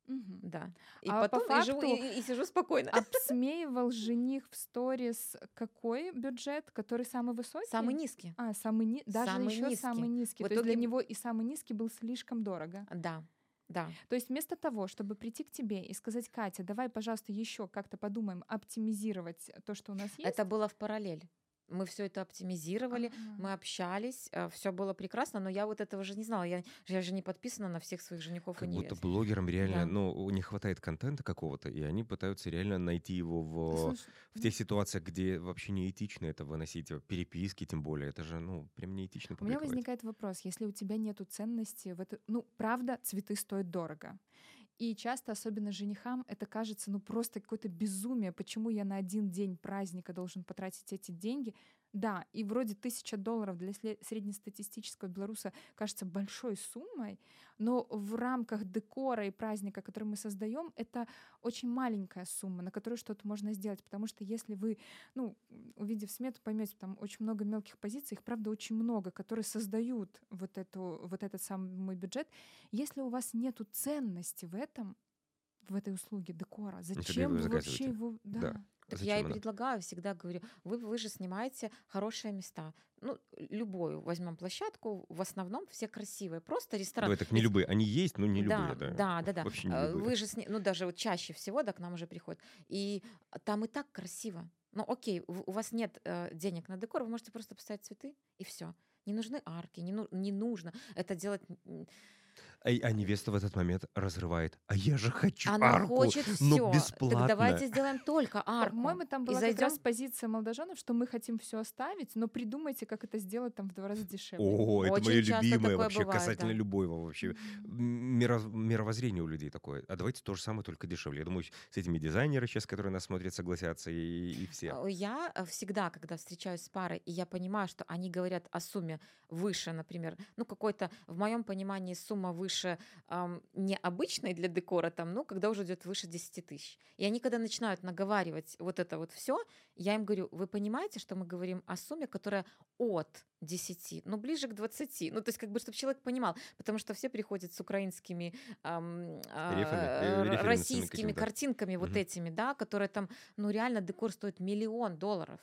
Мгм. Да. И А по потом и живу, факту и, и сижу спокойно. обсмеивал жених в сторис какой бюджет, который самый Самый высокий? низкий. А, самый ни... даже Самый еще самый низкий. низкий. В То есть для итоге, него и самый низкий был слишком дорого. да, да. То есть вместо того, чтобы прийти к тебе и сказать: Катя, давай, пожалуйста, еще как-то подумаем, оптимизировать то, что у нас есть. Это было в параллель. Мы все это оптимизировали, мы Ага. общались, все было прекрасно, но я вот этого же не знала. Я, я же не подписана на всех своих женихов и Как будто невест. блогерам реально, Да. ну, не хватает контента какого-то, и они пытаются реально найти его в, Слушай, в ну, тех ситуациях, где вообще неэтично это выносить, э, переписки тем более. Это же, ну, прям неэтично у меня публиковать. возникает вопрос, если у тебя нету ценности в это, ну, правда, цветы стоят дорого. И часто, особенно женихам, это кажется, ну, просто какое-то безумие, почему я на один день праздника должен потратить эти деньги. Да, и вроде тысяча долларов для сле- среднестатистического белоруса кажется большой суммой, но в рамках декора и праздника, который мы создаем, это очень маленькая сумма, на которую что-то можно сделать. Потому что если вы, ну, м, увидев смету, поймете, там очень много мелких позиций, их, правда, очень много, которые создают вот, эту, вот этот самый бюджет. Если у вас нету ценности в этом, в этой услуге декора, Никогда его зачем вы вообще заказываете. его... Да. Да. Так я и Зачем она? предлагаю, всегда говорю, вы, вы же снимаете хорошие места. Ну, любую возьмем площадку, в основном все красивые. Просто ресторан. Давай так, не Ведь любые. Они есть, но не да, любые, да. да, да, да. Вообще не Э, любые. Вы же, сни- ну даже вот чаще всего, да, к нам уже приходят. И там и так красиво. Ну окей, в- у вас нет э, денег на декор, вы можете просто поставить цветы и все. Не нужны арки, не, ну- не нужно это делать. м, А, а невеста в этот момент разрывает. А я же хочу Она арку, хочет но все. Так бесплатно. давайте сделаем только арку. По-моему, там И была как раз зайдем. позиция молодоженов, что мы хотим все оставить, но придумайте, как это сделать там в два раза дешевле. О, это Очень мое часто любимое такое вообще, бывает, касательно да. любого вообще Мгм. миро- мировоззрения у людей такое. А давайте то же самое, только дешевле. Я думаю, с этими дизайнеры сейчас, которые нас смотрят, согласятся, и, и все. Э, Я э, всегда, когда встречаюсь с парой, и я понимаю, что они говорят о сумме выше, например, ну какой-то, в моем понимании, сумма выше ам, необычной для декора, там, ну, когда уже идет выше десяти тысяч. И они, когда начинают наговаривать вот это вот все, я им говорю, вы понимаете, что мы говорим о сумме, которая от десяти, ну, ближе к двадцати. Ну, то есть, как бы, чтобы человек понимал, потому что все приходят с украинскими, ам, а, Рефами, э, р- референсами российскими какими-то. картинками вот Мгм. этими, да, которые там, ну, реально декор стоит миллион долларов.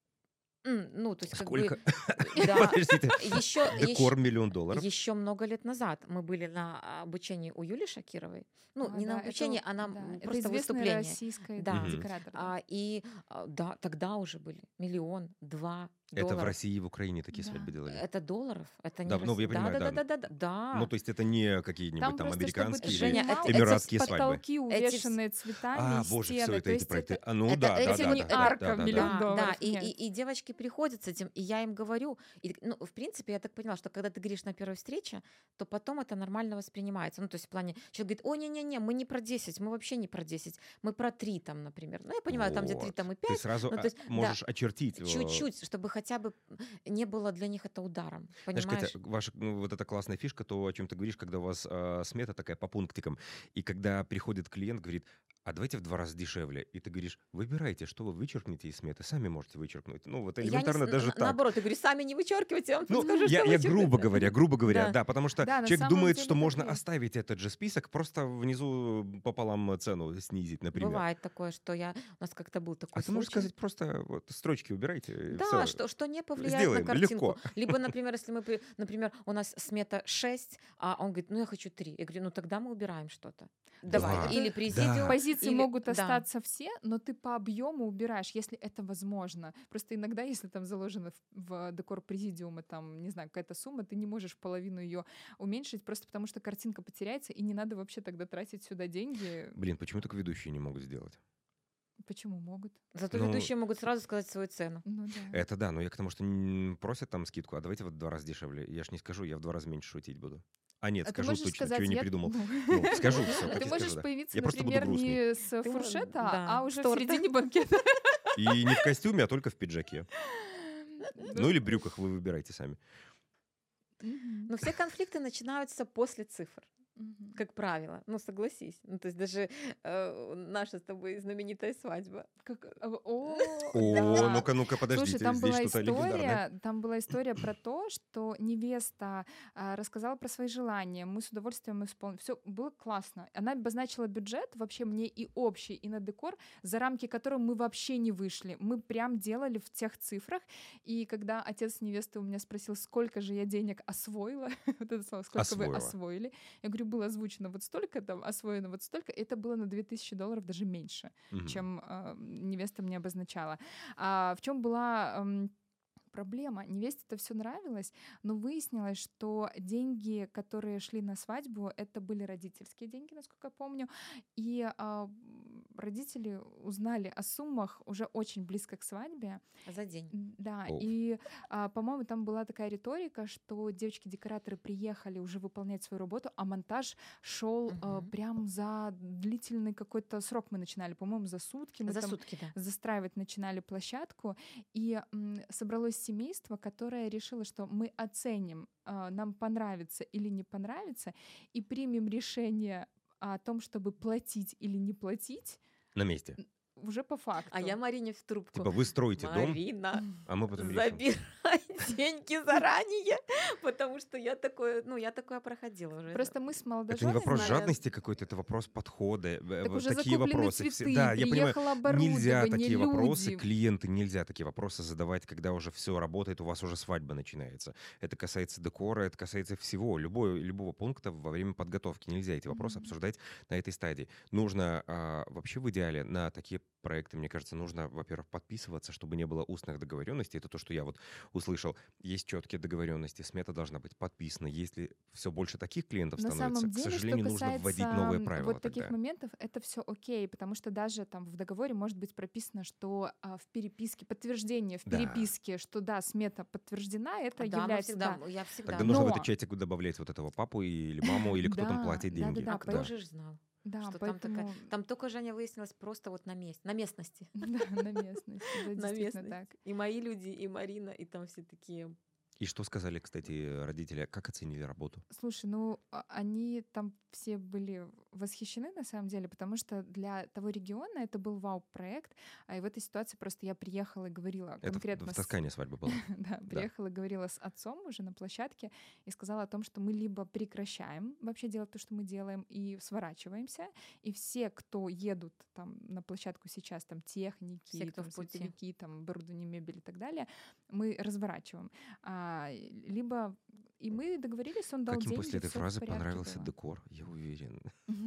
М, Ну, то есть, как бы, Сколько? э, да, Подождите. еще, Декор миллион долларов. еще много лет назад мы были на обучении у Юли Шакировой. Ну, А, не на да, обучении, это, а на да, м, это просто известный выступление. российский Да. Мгм. декоратор. Да. А, и а, да, тогда уже были миллион, два Это в долларов. России и в Украине такие Да. свадьбы делали. Это долларов, это не Да, ну, Россия. я понимаю, да, да. да, да, да, да, Ну, да. то есть это не какие-нибудь Там там просто, чтобы американские ты или Женя, понимал, это- это эмиратские с свадьбы. потолки, Эти вс- увешанные цветами, А, и боже, все стены. это То эти есть проекты. это, А, ну это, да, да, это это да, не да, да, арка да, в да, миллион Да, долларов. да, и, Нет. и, и девочки приходят с этим, и я им говорю, и, ну, в принципе, я так поняла, что когда ты говоришь на первой встрече, то потом это нормально воспринимается. Ну, то есть в плане, человек говорит, о, не-не-не, мы не про десять, мы вообще не про десять, мы про три там, например. Ну, я понимаю, там, где три, Вот. там и Ты пять, сразу ну, а, то есть, да, можешь очертить. э, чуть-чуть, чтобы хотя бы не было для них это ударом, Знаешь, понимаешь? Катя, ваша, ну, вот эта классная фишка, то, о чем ты говоришь, когда у вас а, смета такая по пунктикам, и когда приходит клиент, говорит, а давайте в два раза дешевле, и ты говоришь, выбирайте, что вы вычеркнете из сметы, сами можете вычеркнуть. Ну, вот Я не, элементарно с- даже на- так. наоборот, я говорю, сами не вычеркивайте, я вам Ну, подскажу, я, что я вычеркнуть. грубо говоря, грубо говоря, Да. да, потому что Да, на человек самом думает, деле что так можно и есть. оставить этот же список, просто внизу пополам цену снизить, например. Бывает такое, что я... У нас как-то был такой А ты можешь случай. сказать просто вот, строчки убирайте, и Да, всё. что, что не повлияет на Сделаем картинку. легко. Либо, например, если мы, при- например, у нас смета шесть, а он говорит, ну я хочу три. Я говорю, ну тогда мы убираем что-то. Давай. Да, Или Это- президиум. да. Позиции или- могут да. остаться все, но ты по объему убираешь, если это возможно. Просто иногда, если там заложено в, в декор президиума, там, не знаю, какая-то сумма, ты не можешь половину ее уменьшить, просто потому что картинка потеряется, и не надо вообще тогда тратить сюда деньги. Блин, почему только ведущие не могут сделать? Почему могут? Зато Ну, ведущие могут сразу сказать свою цену. Ну да. Это да, но я к тому, что н- просят там скидку, а давайте вот в два раза дешевле. Я ж не скажу, я в два раза меньше шутить буду. А нет, А ты скажу можешь точно, сказать, что я не я- придумал. ну. Ну, скажу все, А как ты я можешь скажу, да. появиться, Я просто буду например, грустный. не с Ты мо- фуршета, да, а с уже в торта. середине банкета. И не в костюме, а только в пиджаке. Ну или брюках, вы выбирайте сами. Мгм. Но все конфликты начинаются после цифр. Мгм. как правило. Ну, согласись. Ну, то есть даже э, наша с тобой знаменитая свадьба. Как, э, о, О, да. ну-ка, ну-ка, Слушай, подождите, там здесь была что-то легендарное. история, там была история про то, что невеста а, рассказала про свои желания, мы с удовольствием исполнили. Все было классно. Она обозначила бюджет вообще мне и общий, и на декор, за рамки которого мы вообще не вышли. Мы прям делали в тех цифрах. И когда отец невесты у меня спросил, сколько же я денег освоила, вот это слово, сколько вы Освоила. освоили, я говорю, было озвучено вот столько, там, освоено вот столько, это было на две тысячи долларов, даже меньше, Мгм. чем э, невеста мне обозначала. А в чем была эм, проблема? Невесте это все нравилось, но выяснилось, что деньги, которые шли на свадьбу, это были родительские деньги, насколько я помню, и а, м, родители узнали о суммах уже очень близко к свадьбе. За день. М, Да, Оу. и, а, по-моему, там была такая риторика, что девочки-декораторы приехали уже выполнять свою работу, а монтаж шел а, Мгм. прям за длительный какой-то срок. Мы начинали, по-моему, за сутки. Мы За там сутки, да. застраивать начинали площадку, и м, собралось семейство, которое решило, что мы оценим, а, нам понравится или не понравится, и примем решение о том, чтобы платить или не платить На месте. уже по факту. А я Марине в трубку. Типа вы строите дом, Марина, а мы потом решим. забирай деньги заранее, потому что я такое, ну, я такое проходила уже. Просто мы с Это не молодоженами... вопрос знаю. жадности какой-то, это вопрос подхода. э, Так вот уже такие закуплены вопросы. все- цветы, Да, я понимаю, приехало нельзя оборудование, такие вопросы, люди. клиенты, нельзя такие вопросы задавать, когда уже все работает, у вас уже свадьба начинается. Это касается декора, это касается всего, любой, любого пункта во время подготовки. Нельзя эти вопросы Мгм. обсуждать на этой стадии. Нужно а, вообще в идеале на такие проекты, мне кажется, нужно, во-первых, подписываться, чтобы не было устных договоренностей. Это то, что я вот услышал. Есть четкие договоренности, смета должна быть подписана. Если все больше таких клиентов На становится, самом к деле, что сожалению, нужно вводить касается новые м, правила вот таких тогда. моментов, это все окей, потому что даже там в договоре может быть прописано, что а, в переписке, подтверждение в Да. переписке, что да, смета подтверждена, это Да, мы является, всегда, да. я всегда. Тогда нужно в этот Но, чатик добавлять вот этого папу или маму, или кто там да, платит да, да, деньги. да, А кто Да. поэтому, же ж знал, да, что там такая... поэтому, Там только, Женя, выяснилось просто вот на месте, на местности. да, на местности, да, На действительно местности. так. И мои люди, и Марина, и там все такие... И что сказали, кстати, родители? Как оценили работу? Слушай, ну а- они там все были восхищены на самом деле, потому что для того региона это был вау-проект, а и в этой ситуации просто я приехала и говорила Это в, конкретно в с... Тоскане свадьба была. Да, Да. приехала и говорила с отцом уже на площадке и сказала о том, что мы либо прекращаем вообще делать то, что мы делаем, и сворачиваемся, и все, кто едут там на площадку сейчас, там техники, Все, кто там в пути. световики, там оборудование, мебель и так далее, мы разворачиваем. А, либо и мы договорились, он дал Как им деньги, после этой всё в фразы порядке понравился было. декор, я уверен.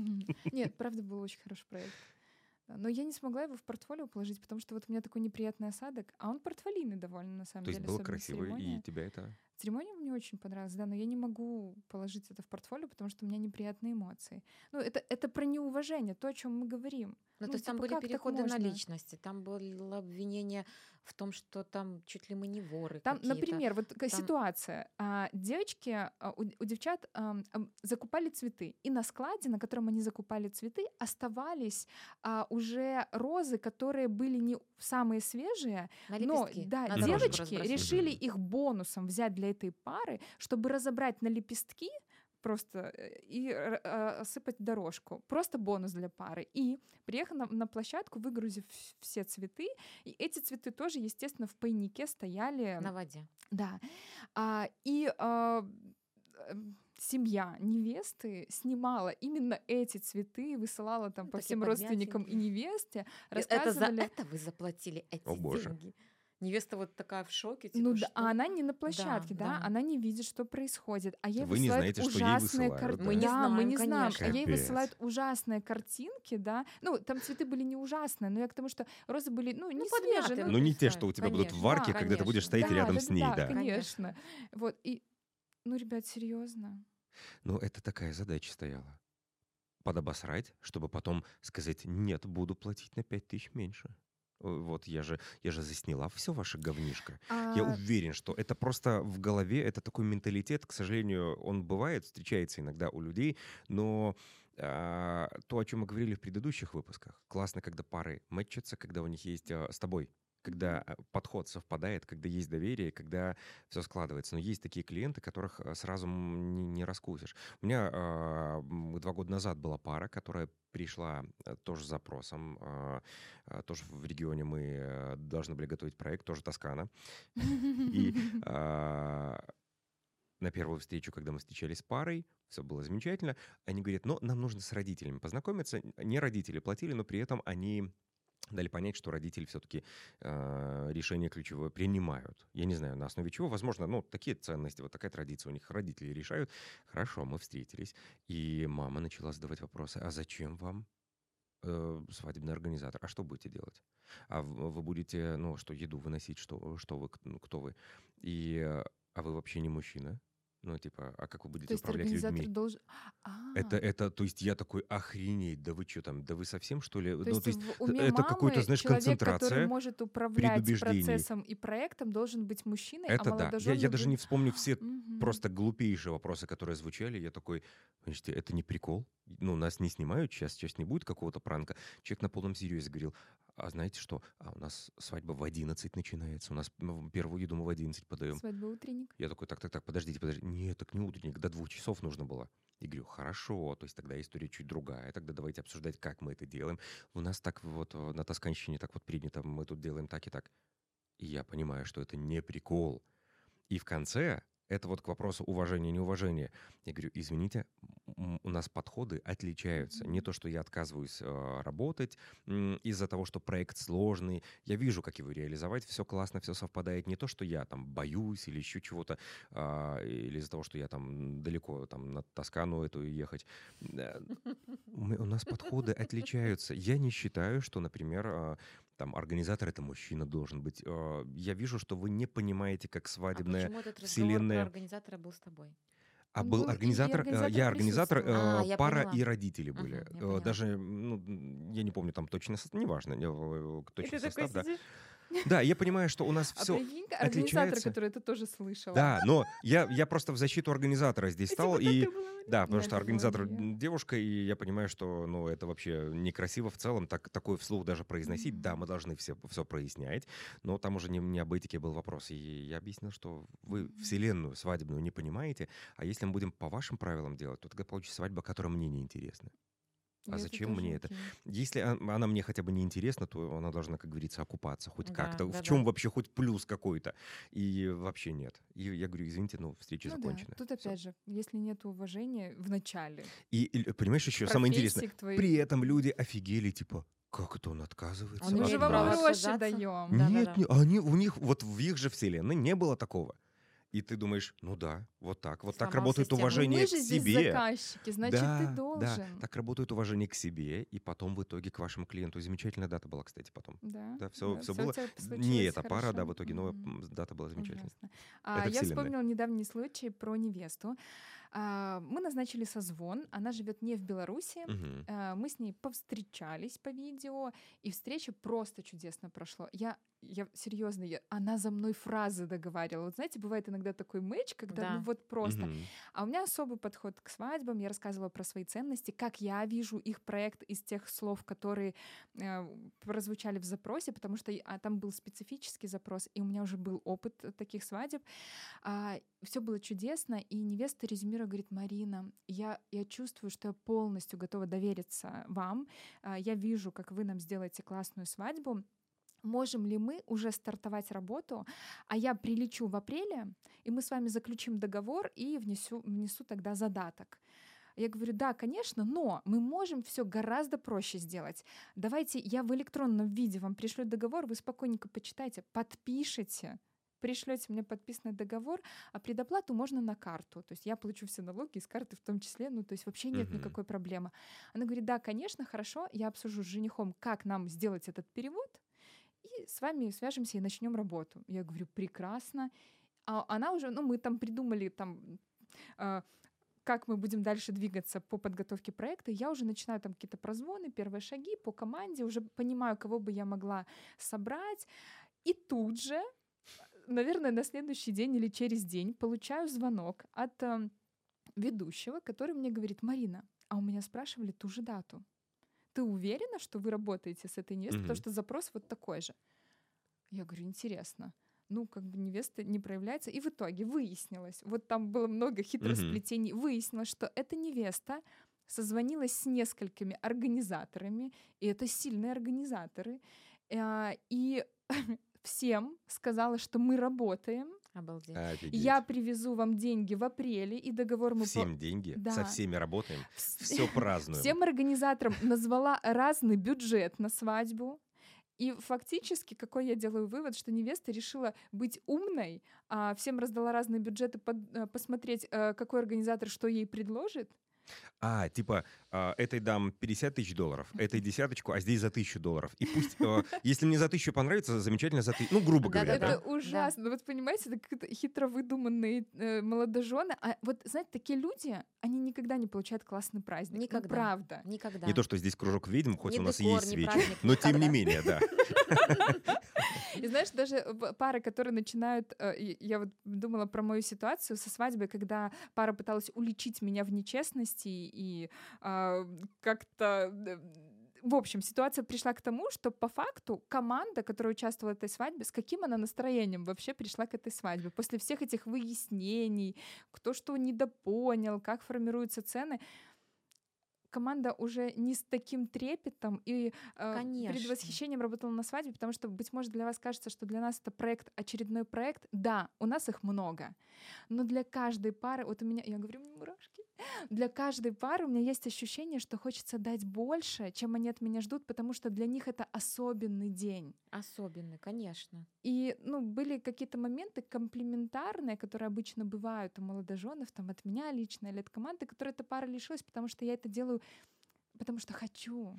Нет, правда, был очень хороший проект. Да, но я не смогла его в портфолио положить, потому что вот у меня такой неприятный осадок, а он портфолийный довольно, на самом То есть деле, было особенно красиво, и церемония. тебя это... Церемония мне очень понравилась, да, но я не могу положить это в портфолио, потому что у меня неприятные эмоции. Ну, это, это про неуважение, то, о чем мы говорим. Ну, Ну, то есть там типа, были как так переходы на можно? личности, там было обвинение в том, что там чуть ли мы не воры Там, какие-то. например, вот такая Там- ситуация. А, девочки, а, у, у девчат ам, ам, закупали цветы, и на складе, на котором они закупали цветы, оставались а, уже розы, которые были не самые свежие, На но лепестки, да, на дорожку девочки разбросать. решили Мгм. их бонусом взять для этой пары, чтобы разобрать на лепестки просто э, и р- а, осыпать дорожку. Просто бонус для пары. И приехав на, на площадку, выгрузив вс- все цветы, и эти цветы тоже, естественно, в пайнике стояли. На воде. Да. А, и а, эм, семья невесты снимала именно эти цветы, высылала там Ну, по такие всем родственникам и подмятенькие. невесте, И Это за рассказывали. это вы заплатили эти О, боже. деньги. Невеста вот такая в шоке, типа, Ну да, что? а она не на площадке, да, да. она не видит, что происходит, а ей Вы не высылают знаете, что ей ужасные высылают, картинки. да. Мы не Да, мы знаем, не знаем, конечно. а ей Капец. высылают ужасные картинки, да. Ну, там цветы были не ужасные, но я к тому, что розы были, ну, не Ну, свежие, подмятые, ну, Ну, не те, представь, что у тебя будут в конечно, варке, да, когда ты будешь конечно. стоять да, рядом да, с ней, да, да. конечно. Вот, и, ну, ребят, серьезно. Ну, это такая задача стояла. Подобосрать, чтобы потом сказать, нет, буду платить на пять тысяч меньше. Э, Вот, я же, я же засняла все ваше говнишко. Я А, уверен, что это просто в голове, это такой менталитет, к сожалению, он бывает, встречается иногда у людей, но а, то, о чем мы говорили в предыдущих выпусках, классно, когда пары мэтчатся, когда у них есть а, с тобой когда а, подход совпадает, когда есть доверие, когда все складывается. Но есть такие клиенты, которых а, сразу м, не, не раскусишь. У меня а, м, два года назад была пара, которая пришла а, тоже с запросом. а, а, Тоже в регионе мы э, должны были готовить проект, тоже Тоскана. И а, на первую встречу, когда мы встречались с парой, все было замечательно. Они говорят, ну, нам нужно с родителями познакомиться. Не родители платили, но при этом они дали понять, что родители все-таки решение ключевое принимают. Я не знаю, на основе чего. Возможно, ну, такие ценности, вот такая традиция у них. Родители решают. Хорошо, мы встретились. И мама начала задавать вопросы. А зачем вам э, свадебный организатор? А что будете делать? А в- вы будете, ну, что, еду выносить? Что, что вы, ну, кто вы? И, э, а вы вообще не мужчина? Ну, типа, а как вы То будете есть управлять организатор людьми? должен... Это, А, это, то есть я такой, охренеть, да вы что там, да вы совсем что ли? то Ну, есть то есть в т- уме это какой-то, мамы знаешь, человек, который концентрация может управлять предубеждений. процессом и проектом, должен быть мужчиной, а Это да. Я, я молодожены даже не будут... вспомню все Мгм. просто глупейшие вопросы, которые звучали. Я такой, значит, это не прикол? Ну, нас не снимают сейчас, сейчас не будет какого-то пранка. Человек на полном серьезе говорил, а знаете что? А у нас свадьба в одиннадцать начинается. У нас ну, первую еду мы в одиннадцать подаем. Свадьба утренник. Я такой, так-так-так, подождите, подождите. Нет, так не утренник, до двух часов нужно было. И говорю, хорошо, то есть тогда история чуть другая, тогда давайте обсуждать, как мы это делаем. У нас так вот э, на Тосканщине так вот принято, мы тут делаем так и так. И я понимаю, что это не прикол. И в конце, это вот к вопросу уважения, неуважения. Я говорю, извините, м, у нас подходы отличаются. Не Мгм. то, что я отказываюсь э, работать м, из-за того, что проект сложный. Я вижу, как его реализовать, все классно, все совпадает. Не то, что я там боюсь или еще чего-то, а, или из-за того, что я там далеко там на Тоскану эту ехать. Э, мы- У нас подходы отличаются. Я не считаю, что, например, а, там организатор это мужчина должен быть. А, Я вижу, что вы не понимаете, как А свадебная почему этот разговор про вселенная. организатора был с тобой? А Он был был, и, и организатор, э, организатор я организатор, присутствовал. А, э, я пара поняла. и родители были. Мгм, я Э, поняла. Даже, ну, м, я не помню там точно, сос- неважно, не, э, И точный ты такой состав, да. сидишь? Да, я понимаю, что у нас А все прикинь, организатор, отличается. который это тоже слышала. Да, но я, я просто в защиту организатора здесь И стал, типа, да и ты была, Марина. да, потому Нет, что это была организатор не я. м, девушка, и я понимаю, что, ну, это вообще некрасиво в целом, так, такое вслух даже произносить. Да, мы Мгм. должны все, все прояснять, но там уже не, не об этике был вопрос. И я объяснил, что вы Мгм. вселенную свадебную не понимаете, а если мы будем по вашим правилам делать, то тогда получится свадьба, которая мне неинтересна. И А это зачем тоже мне это? окей. Если а- она мне хотя бы не интересна, то она должна, как говорится, окупаться хоть Да, как-то. В да, чем да. вообще хоть плюс какой-то? И вообще нет. И я говорю, извините, но встреча Ну да, закончена. тут Всё. опять же, если нет уважения в начале И, и, понимаешь, к еще самое интересное, профессии, к твоей... при этом люди офигели, типа, как это он отказывается Он Мы от же имеет вам право нас? гроши отказаться. даем. Да, да, Нет, да. не- они, у них, вот в их же вселенной не было такого. И ты думаешь, ну да, вот так, вот так Сломал работает систему. Ну уважение мы к же здесь себе. заказчики, значит, ты Да, да, должен. так работает уважение к себе, и потом в итоге к вашему клиенту. Замечательная дата была, кстати, потом. Да, Да, все, да, все все у было. тебя Не случилось эта пара, да, хорошо. в итоге, но Мгм. м, дата была замечательная. Ужасно. А, Это я вселенная. вспомнила недавний случай про невесту. А, мы назначили созвон. Она живет не в Беларуси. Мгм. А, мы с ней повстречались по видео, и встреча просто чудесно прошла. Я, я серьезно, я, она за мной фразы договаривала. Вот знаете, бывает иногда такой мэч, когда ну Да. вот просто. Мгм. А у меня особый подход к свадьбам. Я рассказывала про свои ценности, как я вижу их проект из тех слов, которые э, прозвучали в запросе, потому что и- а, там был специфический запрос, и у меня уже был опыт э, таких свадеб. Все было чудесно, и невеста резюмирует, говорит: Марина, я, я чувствую, что я полностью готова довериться вам. А, Я вижу, как вы нам сделаете классную свадьбу. Можем ли мы уже стартовать работу, а я прилечу в апреле, и мы с вами заключим договор и внесу, внесу тогда задаток. Я говорю, да, конечно, но мы можем все гораздо проще сделать. Давайте я в электронном виде вам пришлю договор, вы спокойненько почитайте, подпишите, пришлете мне подписанный договор, а предоплату можно на карту. То есть я плачу все налоги из карты в том числе, ну то есть вообще нет Мгм. никакой проблемы. Она говорит, да, конечно, хорошо, я обсужу с женихом, как нам сделать этот перевод, и с вами свяжемся и начнем работу. Я говорю, прекрасно. А она уже, ну, мы там придумали там, а, как мы будем дальше двигаться по подготовке проекта. Я уже начинаю там какие-то прозвоны, первые шаги по команде, уже понимаю, кого бы я могла собрать. И тут же, наверное, на следующий день или через день получаю звонок от э, ведущего, который мне говорит, Марина, а у меня спрашивали ту же дату. Ты уверена, что вы работаете с этой невестой? Потому Мгм. что запрос вот такой же. Я говорю, интересно. Ну, как бы невеста не проявляется. И в итоге выяснилось, вот там было много хитросплетений, выяснилось, что эта невеста созвонилась с несколькими организаторами, и это сильные организаторы, а, и всем сказала, что мы работаем, Обалдеть. Офигеть. я привезу вам деньги в апреле, и договор мы... по- Всем деньги, Да. со всеми работаем, Вс- все празднуем. Всем организаторам назвала разный бюджет на свадьбу. И фактически, какой я делаю вывод, что невеста решила быть умной, а всем раздала разные бюджеты под- э, посмотреть, э, какой организатор что ей предложит. А, типа, а, этой дам пятьдесят тысяч долларов, этой десяточку, а здесь за тысячу долларов. И пусть, э, если мне за тысячу понравится, замечательно за тысячу. Ну, грубо говоря, Да-да-да. Это да? ужасно. Вот понимаете, это какие-то хитро выдуманные э, молодожены. А вот, знаете, такие люди, они никогда не получают классный праздник. Ну, Никогда. правда. Никогда. Не то, что здесь кружок ведьм, хоть Ни у нас и декор, есть ни свечи, праздник, но тем не никогда. менее, да. И знаешь, даже в- пары, которые начинают... э, и Я вот думала про мою ситуацию со свадьбой, когда пара пыталась уличить меня в нечестности и а, как-то... э, В общем, ситуация пришла к тому, что по факту команда, которая участвовала в этой свадьбе, с каким она настроением вообще пришла к этой свадьбе? После всех этих выяснений, кто что недопонял, как формируются цены, команда уже не с таким трепетом и э, Конечно. предвосхищением работала на свадьбе, потому что, быть может, для вас кажется, что для нас это проект, очередной проект. Да, у нас их много, но для каждой пары, вот у меня, я говорю, у меня мурашки, для каждой пары у меня есть ощущение, что хочется дать больше, чем они от меня ждут, потому что для них это особенный день. Особенный, конечно. И, ну, были какие-то моменты комплементарные, которые обычно бывают у молодоженов, там, от меня лично или от команды, которые эта пара лишилась, потому что я это делаю, потому что хочу.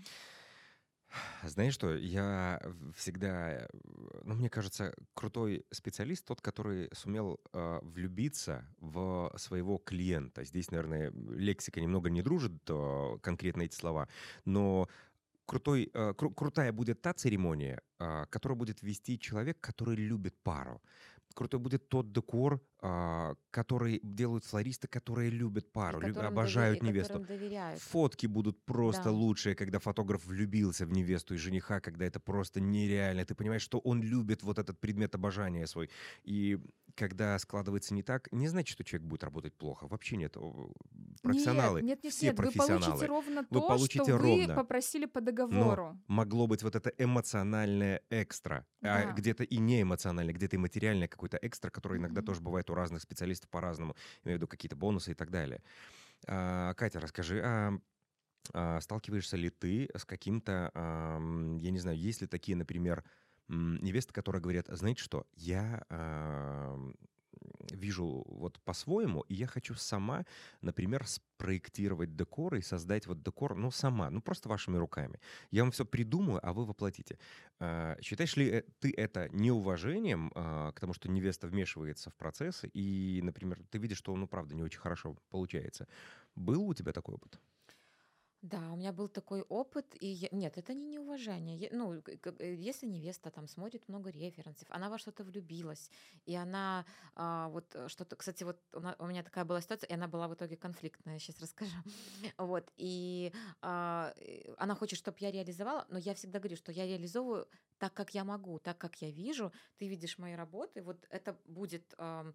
Знаешь что, я всегда, э, ну, мне кажется, крутой специалист тот, который сумел э, влюбиться в своего клиента. Здесь, наверное, лексика немного не дружит, э, конкретно эти слова, но крутой, э, кру- крутая будет та церемония, э, которую будет вести человек, который любит пару. Крутой будет тот декор, а, который делают флористы, которые любят И пару, лю- которым, дови- и обожают невесту. которым доверяют. Фотки будут просто Да. лучшие, когда фотограф влюбился в невесту и жениха, когда это просто нереально. Ты понимаешь, что он любит вот этот предмет обожания свой. И когда складывается не так, не значит, что человек будет работать плохо. Вообще нет. О, Профессионалы, Нет, нет, нет, все нет, вы получите профессионалы. ровно Вы то, получите что вы ровно. попросили по Но договору. могло быть вот это эмоциональное экстра, а Да. где-то и не эмоциональное, где-то и материальное какое-то экстра, которое иногда Мгм. тоже бывает у разных специалистов по-разному, имею в виду какие-то бонусы и так далее. А, Катя, расскажи, а, а, сталкиваешься ли ты с каким-то, ам, я не знаю, есть ли такие, например, м, невесты, которые говорят, знаете что, я ам, вижу вот по-своему, и я хочу сама, например, спроектировать декор и создать вот декор, ну, сама, ну, просто вашими руками. Я вам все придумаю, а вы воплотите. А, Считаешь ли э, ты это неуважением а, к тому, что невеста вмешивается в процессы, и, например, ты видишь, что, ну, правда, не очень хорошо получается? Был у тебя такой опыт? Да, у меня был такой опыт, и я- нет, это не неуважение. Е- Ну, к- к- э, если невеста там смотрит много референсов, она во что-то влюбилась, и она а, вот э, что-то, кстати, вот у, на- у меня такая была ситуация, и она была в итоге конфликтная, сейчас расскажу. Вот, и а, э, она хочет, чтобы я реализовала, но я всегда говорю, что я реализовываю так, как я могу, так, как я вижу. Ты видишь мои работы, вот это будет ам,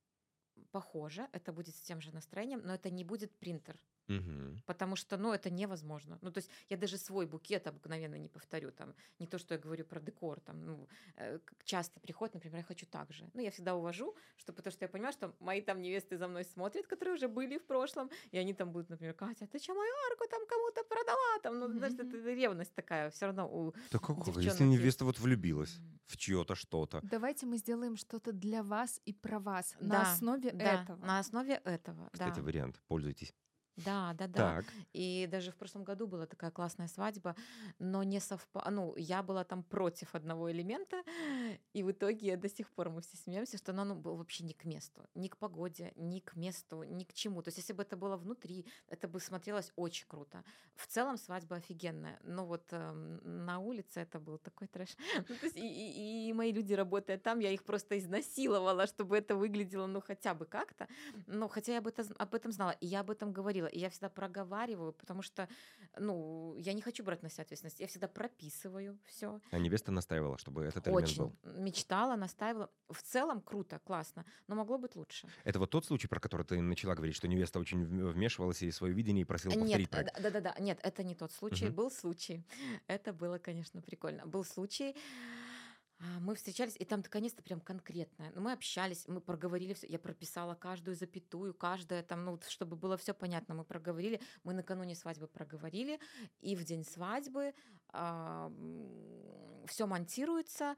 похоже, это будет с тем же настроением, но это не будет принтер. Мгм. Потому что, ну, это невозможно. Ну, то есть я даже свой букет обыкновенно не повторю. Там, не то, что я говорю про декор. Там, ну, э, как часто приходят, например, я хочу так же. Ну, я всегда увожу, что, потому что я понимаю, что мои там невесты за мной смотрят, которые уже были в прошлом, и они там будут, например, Катя, ты что, мою арку там кому-то продала? Там, ну, знаешь, это Мгм. ревность такая все равно у Да как, если девчонок есть. невеста вот влюбилась М. в чье-то что-то? Давайте мы сделаем что-то для вас и про вас на Да, основе да, этого. на основе этого, Кстати, да. вариант. Пользуйтесь. Да, да, да. Так. И даже в прошлом году была такая классная свадьба, но не совпало. Ну, я была там против одного элемента, и в итоге до сих пор мы все смеемся, что оно ну, было вообще не к месту, ни к погоде, ни к месту, ни к чему. То есть, если бы это было внутри, это бы смотрелось очень круто. В целом свадьба офигенная, но вот эм, на улице это был такой трэш. Ну, то есть, и, и- и мои люди, работая там, я их просто изнасиловала, чтобы это выглядело, ну, хотя бы как-то. Ну, хотя я об, это, об этом знала, и я об этом говорила. говорила, и я всегда проговариваю, потому что, ну, я не хочу брать на себя ответственность. Я всегда прописываю все. А невеста настаивала, чтобы этот элемент Очень был. мечтала, настаивала. В целом круто, классно, но могло быть лучше. Это вот тот случай, про который ты начала говорить, что невеста очень вм- вмешивалась и свое видение и просила Нет, повторить проект. э, да-да-да, нет, это не тот случай. Мгм. Был случай. Это было, конечно, прикольно. Был случай. а, Мы встречались, и там наконец-то прям конкретное. Ну, мы общались, мы проговорили все. Я прописала каждую запятую, каждое там, ну, вот чтобы было все понятно, мы проговорили. Мы накануне свадьбы проговорили, и в день свадьбы все монтируется,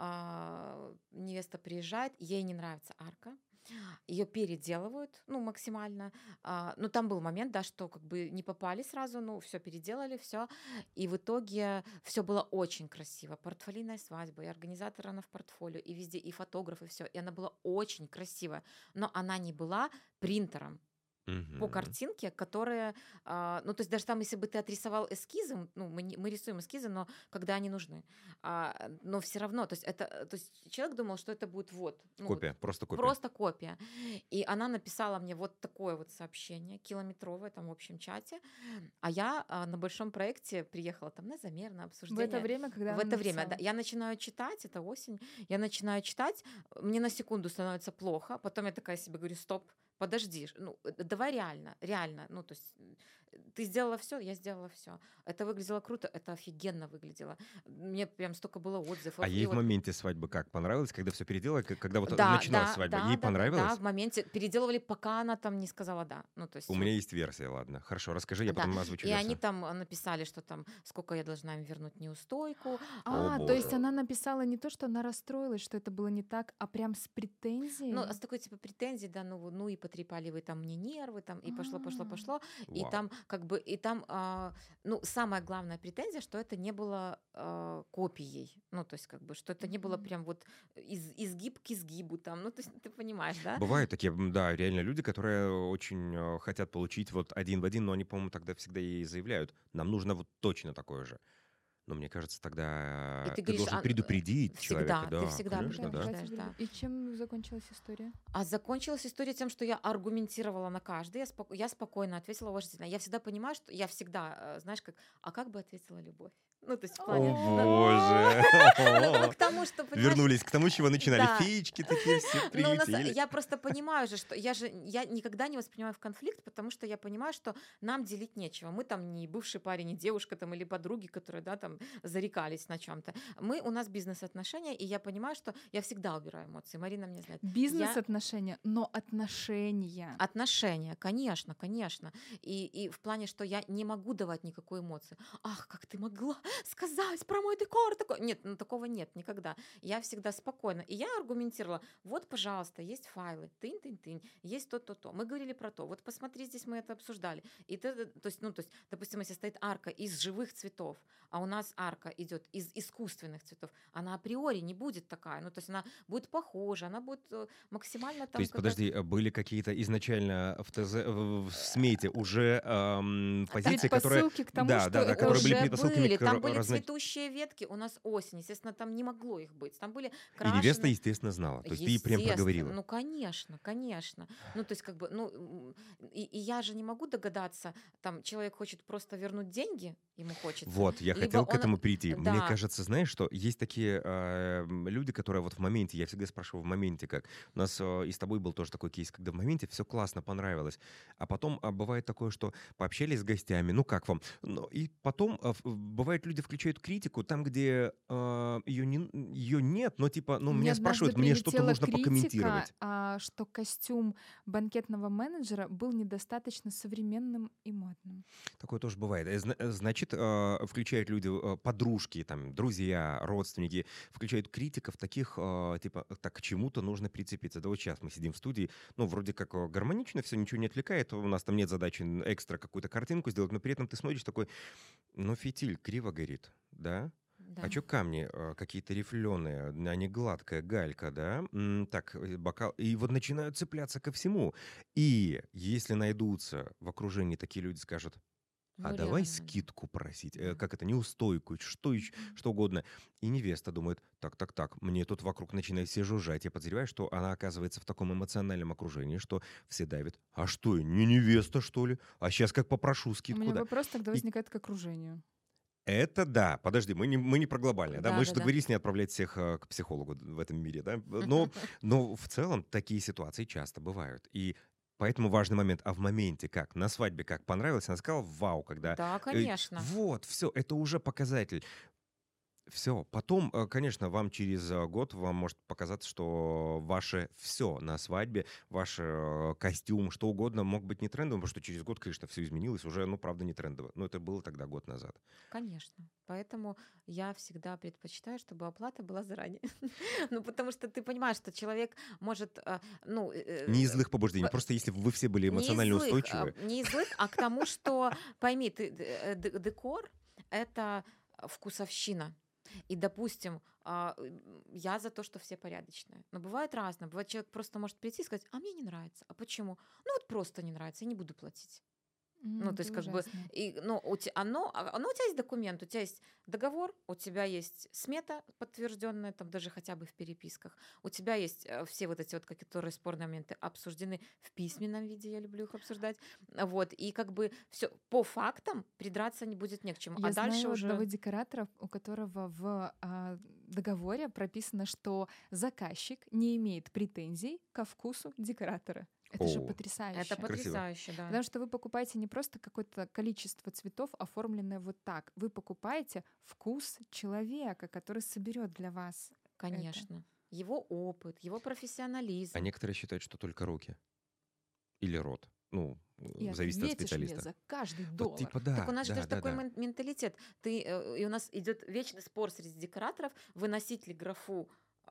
а, невеста приезжает, ей не нравится арка. Ее переделывают, ну, максимально. А, ну, там был момент, да, что как бы не попали сразу, ну, все переделали, все. И в итоге все было очень красиво. Портфолийная свадьба, и организатор она в портфолио, и везде, и фотограф, и все. И она была очень красивая. Но она не была принтером по Мгм. картинке, которая, а, ну, то есть даже там, если бы ты отрисовал эскизы, ну, мы, не- мы рисуем эскизы, но когда они нужны, а, но все равно, то есть это, то есть человек думал, что это будет вот, ну, вот Копия, просто копия. просто копия. И она написала мне вот такое вот сообщение, километровое, там в общем чате, а я а, на большом проекте приехала там на замер, на В это обсуждение. время, когда В она это время, да, написала. я начинаю читать, это осень, я начинаю читать, мне на секунду становится плохо, потом я такая себе говорю, стоп, подожди, ж- ну, э, давай реально, реально, ну, то есть м, ты сделала все, я сделала все. Это выглядело круто, это офигенно выглядело. Мне прям столько было А отзывов. ей И в вот моменте свадьбы как понравилось, когда все переделали, к- когда вот э, да, начиналась да, свадьба, да, ей да, да, да, понравилось? в моменте переделывали, пока она там не сказала да. Ну, то У есть меня вот, есть версия, ладно. Хорошо, расскажи, я да. потом озвучу И они версию. там а, написали, что там, сколько я должна им вернуть неустойку. О А, то есть боже. она написала не то, что она расстроилась, что это было не так, а прям с Ну, а претензией? с такой типа претензией, да, ну, ну и потрепали вы там мне нервы, там, и пошло, пошло, А, пошло. И Вау. там как бы, и там, а, ну, самая главная претензия, что это не было а, копией. Ну, то есть как бы, что это не было мгм. прям вот из, изгиб к изгибу там. Ну, то есть ты понимаешь, да? Бывают такие, м, да, реально люди, которые очень э, хотят получить вот один в один, но они, по-моему, тогда всегда и заявляют, нам нужно вот точно такое же. Но мне кажется, И тогда ты ты говоришь, должен а, э, предупредить человека. всегда, ты Да, всегда конечно, да. Предупреждать, предупреждаешь, да. предупреждать. И чем закончилась история? А закончилась история тем, что я аргументировала на каждый, я, споко- я спокойно ответила уважительно. Я всегда понимаю, что я всегда, э, знаешь, как, а как бы ответила любовь? Ну, то есть в О плане, ну, О, боже. ну, ну, к тому, что, понимаешь, Вернулись к тому, с чего начинали. да, Феечки такие все ну, на са- приютили. я просто понимаю же, что я же я никогда не воспринимаю в конфликт, потому что я понимаю, что нам делить нечего. Мы там не бывший парень, не девушка там или подруги, которые, да, там зарекались на чем-то. Мы, у нас бизнес-отношения, и я понимаю, что я всегда убираю эмоции. Марина меня знает. Я бизнес-отношения, но отношения. Отношения, конечно, конечно. И, и в плане, что я не могу давать никакой эмоции. Ах, как ты могла сказать про мой декор такой. Нет, ну такого нет никогда. Я всегда спокойно. И я аргументировала, вот, пожалуйста, есть файлы, тынь-тынь-тынь, есть то-то-то. Мы говорили про то. Вот посмотри, здесь мы это обсуждали. И ты, то есть, ну, то есть, допустим, если стоит арка из живых цветов, а у нас арка идет из искусственных цветов, она априори не будет такая. Ну, то есть она будет похожа, она будет э, максимально То там есть, какая-то. подожди, э, были какие-то изначально в ТЗ, в, в смете уже эм, Так, позиции, которые, Предпосылки к тому, да, что да, да, это которые были уже предпосылками были, к там р- были разноч- цветущие ветки, у нас осень, естественно, там не могло их быть, там были И невеста, крашены, естественно, знала. То есть ты ей прям естественно, проговорила. ну, конечно, конечно, ну, то есть, как бы, ну, м, и, и я же не могу догадаться, там, человек хочет просто вернуть деньги, ему хочется, Вот, я либо хотел к он, этому перейти. Мне да, кажется, знаешь, что есть такие э, м, люди, которые вот в моменте, я всегда спрашиваю в моменте, как у нас э, и с тобой был тоже такой кейс, когда в моменте все классно, понравилось, а потом а, бывает такое, что пообщались с гостями, ну как вам, ну, и потом а, в- бывает люди включают критику там, где э, ее, не, ее нет, но типа, ну Мне меня однажды спрашивают, мне что-то прилетела нужно критика, покомментировать. а, что костюм банкетного менеджера был недостаточно современным и модным. Такое тоже бывает. Э, зна- э, Значит, э, включают люди, э, подружки, там, друзья, родственники, включают критиков таких, э, типа, так, к чему-то нужно прицепиться. Да вот сейчас мы сидим в студии, ну, вроде как э, гармонично, все, ничего не отвлекает, у нас там нет задачи н- экстра какую-то картинку сделать, но при этом ты смотришь такой, ну, фитиль криво горит, да? А да. чё камни э, какие-то рифленые, а не гладкая галька, да? М, так, э, бокал. И вот начинают цепляться ко всему. И если найдутся в окружении такие люди, скажут, а Ну, давай реально. скидку просить, э, Да. как это, неустойку, что, ещё- Мгм. что угодно. И невеста думает, так, так, так, мне тут вокруг начинает все жужжать. Я подозреваю, что она оказывается в таком эмоциональном окружении, что все давят. А что, я не невеста, что ли? А сейчас как попрошу У скидку, меня да. вопрос тогда И возникает к окружению. это да. Подожди, мы не, мы не про глобальное, да? Мы же Да-да-да. договорились не отправлять всех э, к психологу в этом мире, да? Но, но в целом такие ситуации часто бывают. И поэтому важный момент. А в моменте как? На свадьбе как? Понравилось? Она сказала вау, когда... Да, э, конечно. вот, все, это уже показатель. Все. Потом, э, конечно, вам через э, год вам может показаться, что ваше все на свадьбе, ваш э, костюм, что угодно мог быть не трендовым, потому что через год, конечно, все изменилось, уже, ну, правда, не трендово. Но это было тогда год назад. Конечно. Поэтому я всегда предпочитаю, чтобы оплата была заранее. Ну, потому что ты понимаешь, что человек может, а, ну, э, Не из э, злых побуждений, по- просто если вы все были не из эмоционально злых, а, устойчивы. не из злых, а к тому, что, пойми, ты, д- э, д- декор — это вкусовщина. И, допустим, а, м, я за то, что все порядочные. Но бывает разное. Бывает, человек просто может прийти и сказать, а мне не нравится. А почему? Ну, вот просто не нравится, я не буду платить. Ну, М, то есть, Это как бы, ужасно. и, ну, у те- оно, а- оно, у тебя есть документ, у тебя есть договор, у тебя есть смета подтвержденная, там даже хотя бы в переписках, у тебя есть э, все вот эти вот, которые спорные моменты обсуждены в письменном виде, я люблю их обсуждать, вот, и как бы все по фактам придраться не будет не к чему, а Я дальше знаю одного уже... декоратора, у которого в а, договоре прописано, что заказчик не имеет претензий ко вкусу декоратора. Это же О, Это потрясающе. красиво. потрясающе, да. Потому что вы покупаете не просто какое-то количество цветов, оформленное вот так. Вы покупаете вкус человека, который соберет для вас это. Конечно. Его опыт, его А профессионализм. некоторые считают, что только руки или рот. Ну, И э, зависит от ответишь мне специалиста. за каждый Вот доллар. типа Так у да, нас же да, даже да, такой да. мен- менталитет. Ты, э, и у нас идет вечный спор среди декораторов, выносить ли графу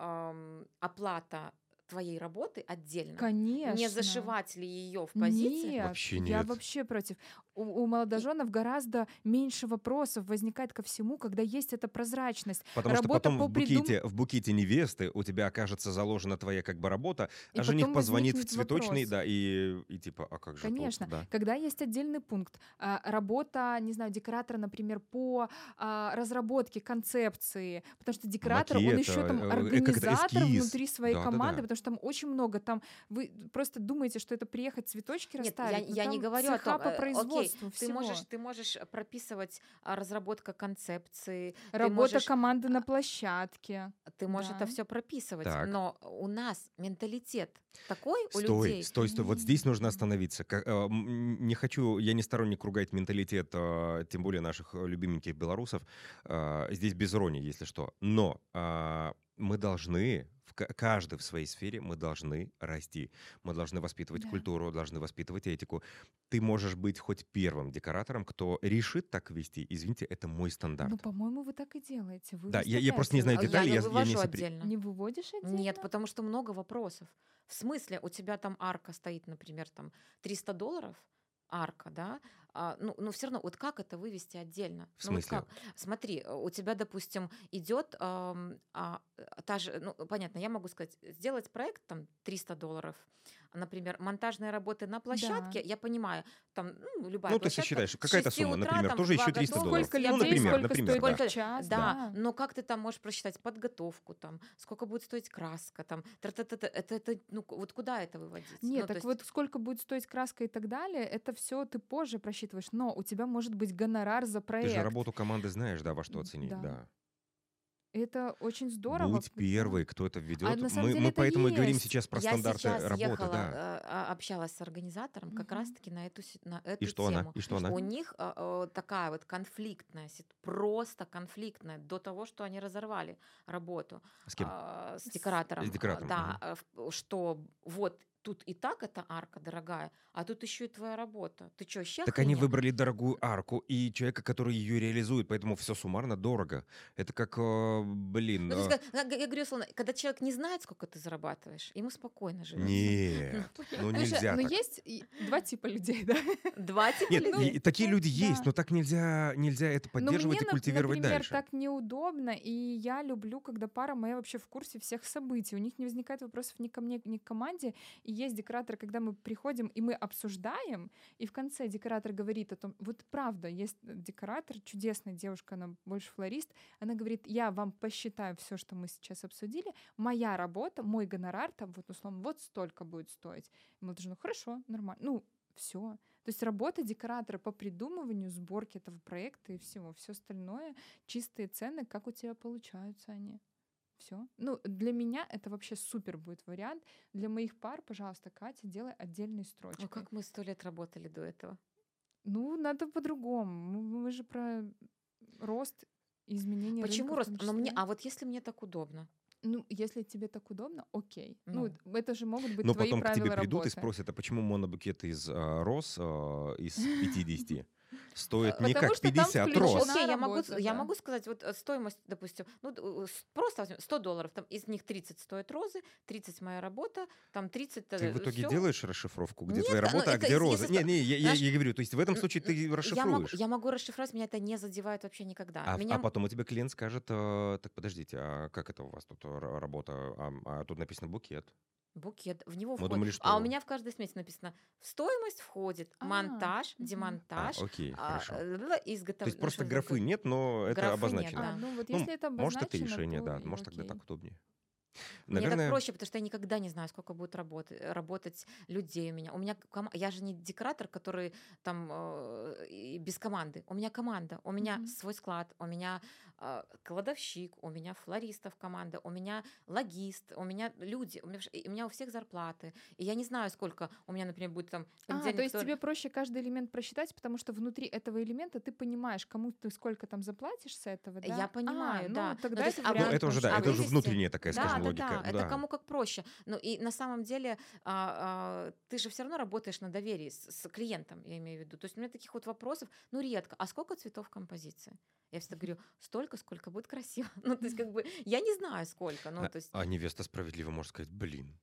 ам, оплата твоей работы отдельно, не Конечно. зашивать ли ее в позиции. Нет, Вообще я нет. вообще против. У, у И молодоженов гораздо меньше вопросов возникает ко всему, когда есть эта прозрачность. Потому что Работа потом по в придум... букете, в букете невесты у тебя окажется заложена твоя как бы работа, И а жених потом позвонит в возникнет цветочный, вопрос. да, и, и типа, а как же тут, Конечно, да. когда есть отдельный пункт, а, работа, не знаю, декоратора, например, по а, разработке концепции, потому что декоратор, он Макет, еще там э, э, как это, организатор эскиз. внутри своей Да, да, команды, да. потому что там очень много, там вы просто думаете, что это приехать цветочки Нет, я, расставить, но я не там говорю о цеха том, по э, окей, производству ты всего. можешь, ты можешь прописывать а, разработка концепции, ты Работа можешь, команды на площадке. ты можешь это Да. все прописывать, Так. но у нас менталитет такой у Стой, людей. стой, стой. Вот здесь нужно М. остановиться. Ка- э, м, Не хочу, я не сторонник ругать менталитет, э, тем более наших э, любименьких белорусов. Э, Здесь без иронии, если что. Но а, мы должны, в ка- каждый в своей сфере, мы должны расти. Мы должны воспитывать Да. культуру, должны воспитывать этику. Ты можешь быть хоть первым декоратором, кто решит так вести. Извините, это мой стандарт. Ну, по-моему, вы так и делаете. Вы Да, я, я просто не выставляете. знаю А я деталей. не Я, я вывожу не сопри- отдельно. Не выводишь отдельно? Нет, потому что много вопросов. В смысле, у тебя там арка стоит, например, там триста долларов, арка, да? А, ну, но все равно, вот как это вывести отдельно? В Ну вот смысле? как? Смотри, э, у тебя, допустим, идет ам, а, э, та же, ну понятно, я могу сказать, сделать проект там триста долларов, а, например, монтажные работы на площадке, Да. я понимаю, там ну, любая Ну, то есть площадка, считаешь, с какая-то шести сумма, утра например, там тоже в два еще триста готова, долларов. Сколько я Ну, людей, например, сколько например, стоит да. Сколько, в час, да, да. но как ты там можешь просчитать подготовку, там, сколько будет стоить краска, там, тра-та-та-та, это, это, ну, к- вот куда это выводить? Нет, Ну, то так есть, вот сколько будет стоить краска и так далее, это все ты позже просчитываешь, но у тебя может быть гонорар за Ты проект. же работу команды знаешь, да, во что М, оценить, Да. да. Это очень здорово. Будь да. первый, кто это А ведет. на самом Мы, деле мы это поэтому и говорим есть. сейчас про я стандарты сейчас работы, ехала, да. э, а, общалась с организатором как Мгм. раз-таки на эту, си- на И эту что она? тему. И что она? У них а, а, такая вот конфликтная, сит- просто конфликтная, до того, что они разорвали работу С кем? а, с С- декоратором. С а, декоратором, Да, а, в- что вот тут и так эта арка дорогая, а тут еще и твоя работа. Ты что, ща Так они охренел? выбрали дорогую арку и человека, который ее реализует, поэтому все суммарно дорого. Это как, э, блин... Ну, то есть, э, как- как я говорю, условно, когда человек не знает, сколько ты зарабатываешь, ему спокойно живется. Нет, ну Слушай, нельзя но так. есть и два типа людей, да? Два типа Нет, людей. и такие люди да. есть, но так нельзя, нельзя это Но поддерживать мне, и нап- культивировать например, дальше. так неудобно, и я люблю, когда пара моя вообще в курсе всех событий. У них не возникает вопросов ни ко мне, ни к команде. И И есть декоратор, когда мы приходим, и мы обсуждаем, и в конце декоратор говорит о том, вот правда, есть декоратор, чудесная девушка, она больше флорист, она говорит, я вам посчитаю все, что мы сейчас обсудили, моя работа, мой гонорар, там вот условно, вот столько будет стоить. И мы должны, ну хорошо, нормально, ну все. То есть работа декоратора по придумыванию, сборке этого проекта и всего, все остальное, чистые цены, как у тебя получаются они. Все. Ну, для меня это вообще супер будет вариант. Для моих пар, пожалуйста, Катя, делай отдельные строчки. Ну, как мы сто лет работали до этого? Ну, надо по-другому. Мы, мы же про рост, изменение Почему рынка в рост? том Но мне, числе. а вот если мне так удобно? Ну, если тебе так удобно, окей. Ну. Ну, это же могут быть Но твои потом к правила тебе придут и работы. спросят, а почему монобукет из а, роз а, из пятидесяти стоит Потому не как что там пятьдесят включена роз? Окей, я могу, работа, я да. могу сказать, вот э, стоимость, допустим, ну, д- э, с- просто возьмем сто долларов, там из них тридцать стоит розы, тридцать моя работа, там тридцать Ты в итоге все. делаешь расшифровку, где Нет, твоя ну, работа, а это где если розы? ста- Не, не, я, я- знаешь, я говорю, то есть в этом случае ты Я могу, расшифруешь. я могу расшифровать, меня это не задевает вообще никогда. А, в- Меня а потом у тебя клиент скажет, э, так подождите, а как это у вас тут р- работа? А, а тут написано букет. букет, в него Мы входит. думали, А у что... меня в каждой смеси написано, в стоимость входит А, монтаж, мгм. А, демонтаж, окей, а, хорошо. э, То изготовление. есть просто графы нет, но это Графы нет, обозначено. А, да. ну вот Ну, если это может, это обозначено, решение, то да, и может, тогда окей. так удобнее. Мне так Наверное, проще, потому что я никогда не знаю, сколько будет работать, работать людей у меня. У меня кома- я же не декоратор, который там э, и без команды. У меня команда, у меня Мгм. свой склад, у меня э, кладовщик, у меня флористов команда, у меня логист, у меня люди, у меня, вш- и у меня у всех зарплаты. И я не знаю, сколько у меня, например, будет там А, понедельник, то есть вторник. тебе проще каждый элемент просчитать, потому что внутри этого элемента ты понимаешь, кому ты сколько там заплатишь с этого, да? Я понимаю, а, ну, да. Ну, тогда то есть, это а ну, вы- вариант это уже, да, тоже. а это уже вывести- внутренняя такая, Да, скажем, да, логика. да, это кому как проще. Ну и на самом деле а, а, ты же все равно работаешь на доверии с, с клиентом, я имею в виду. То есть у меня таких вот вопросов, ну редко. А сколько цветов в композиции? Я всегда говорю, столько, сколько будет красиво. Ну то есть как бы я не знаю сколько. Ну А, то есть а невеста справедливо может сказать, блин,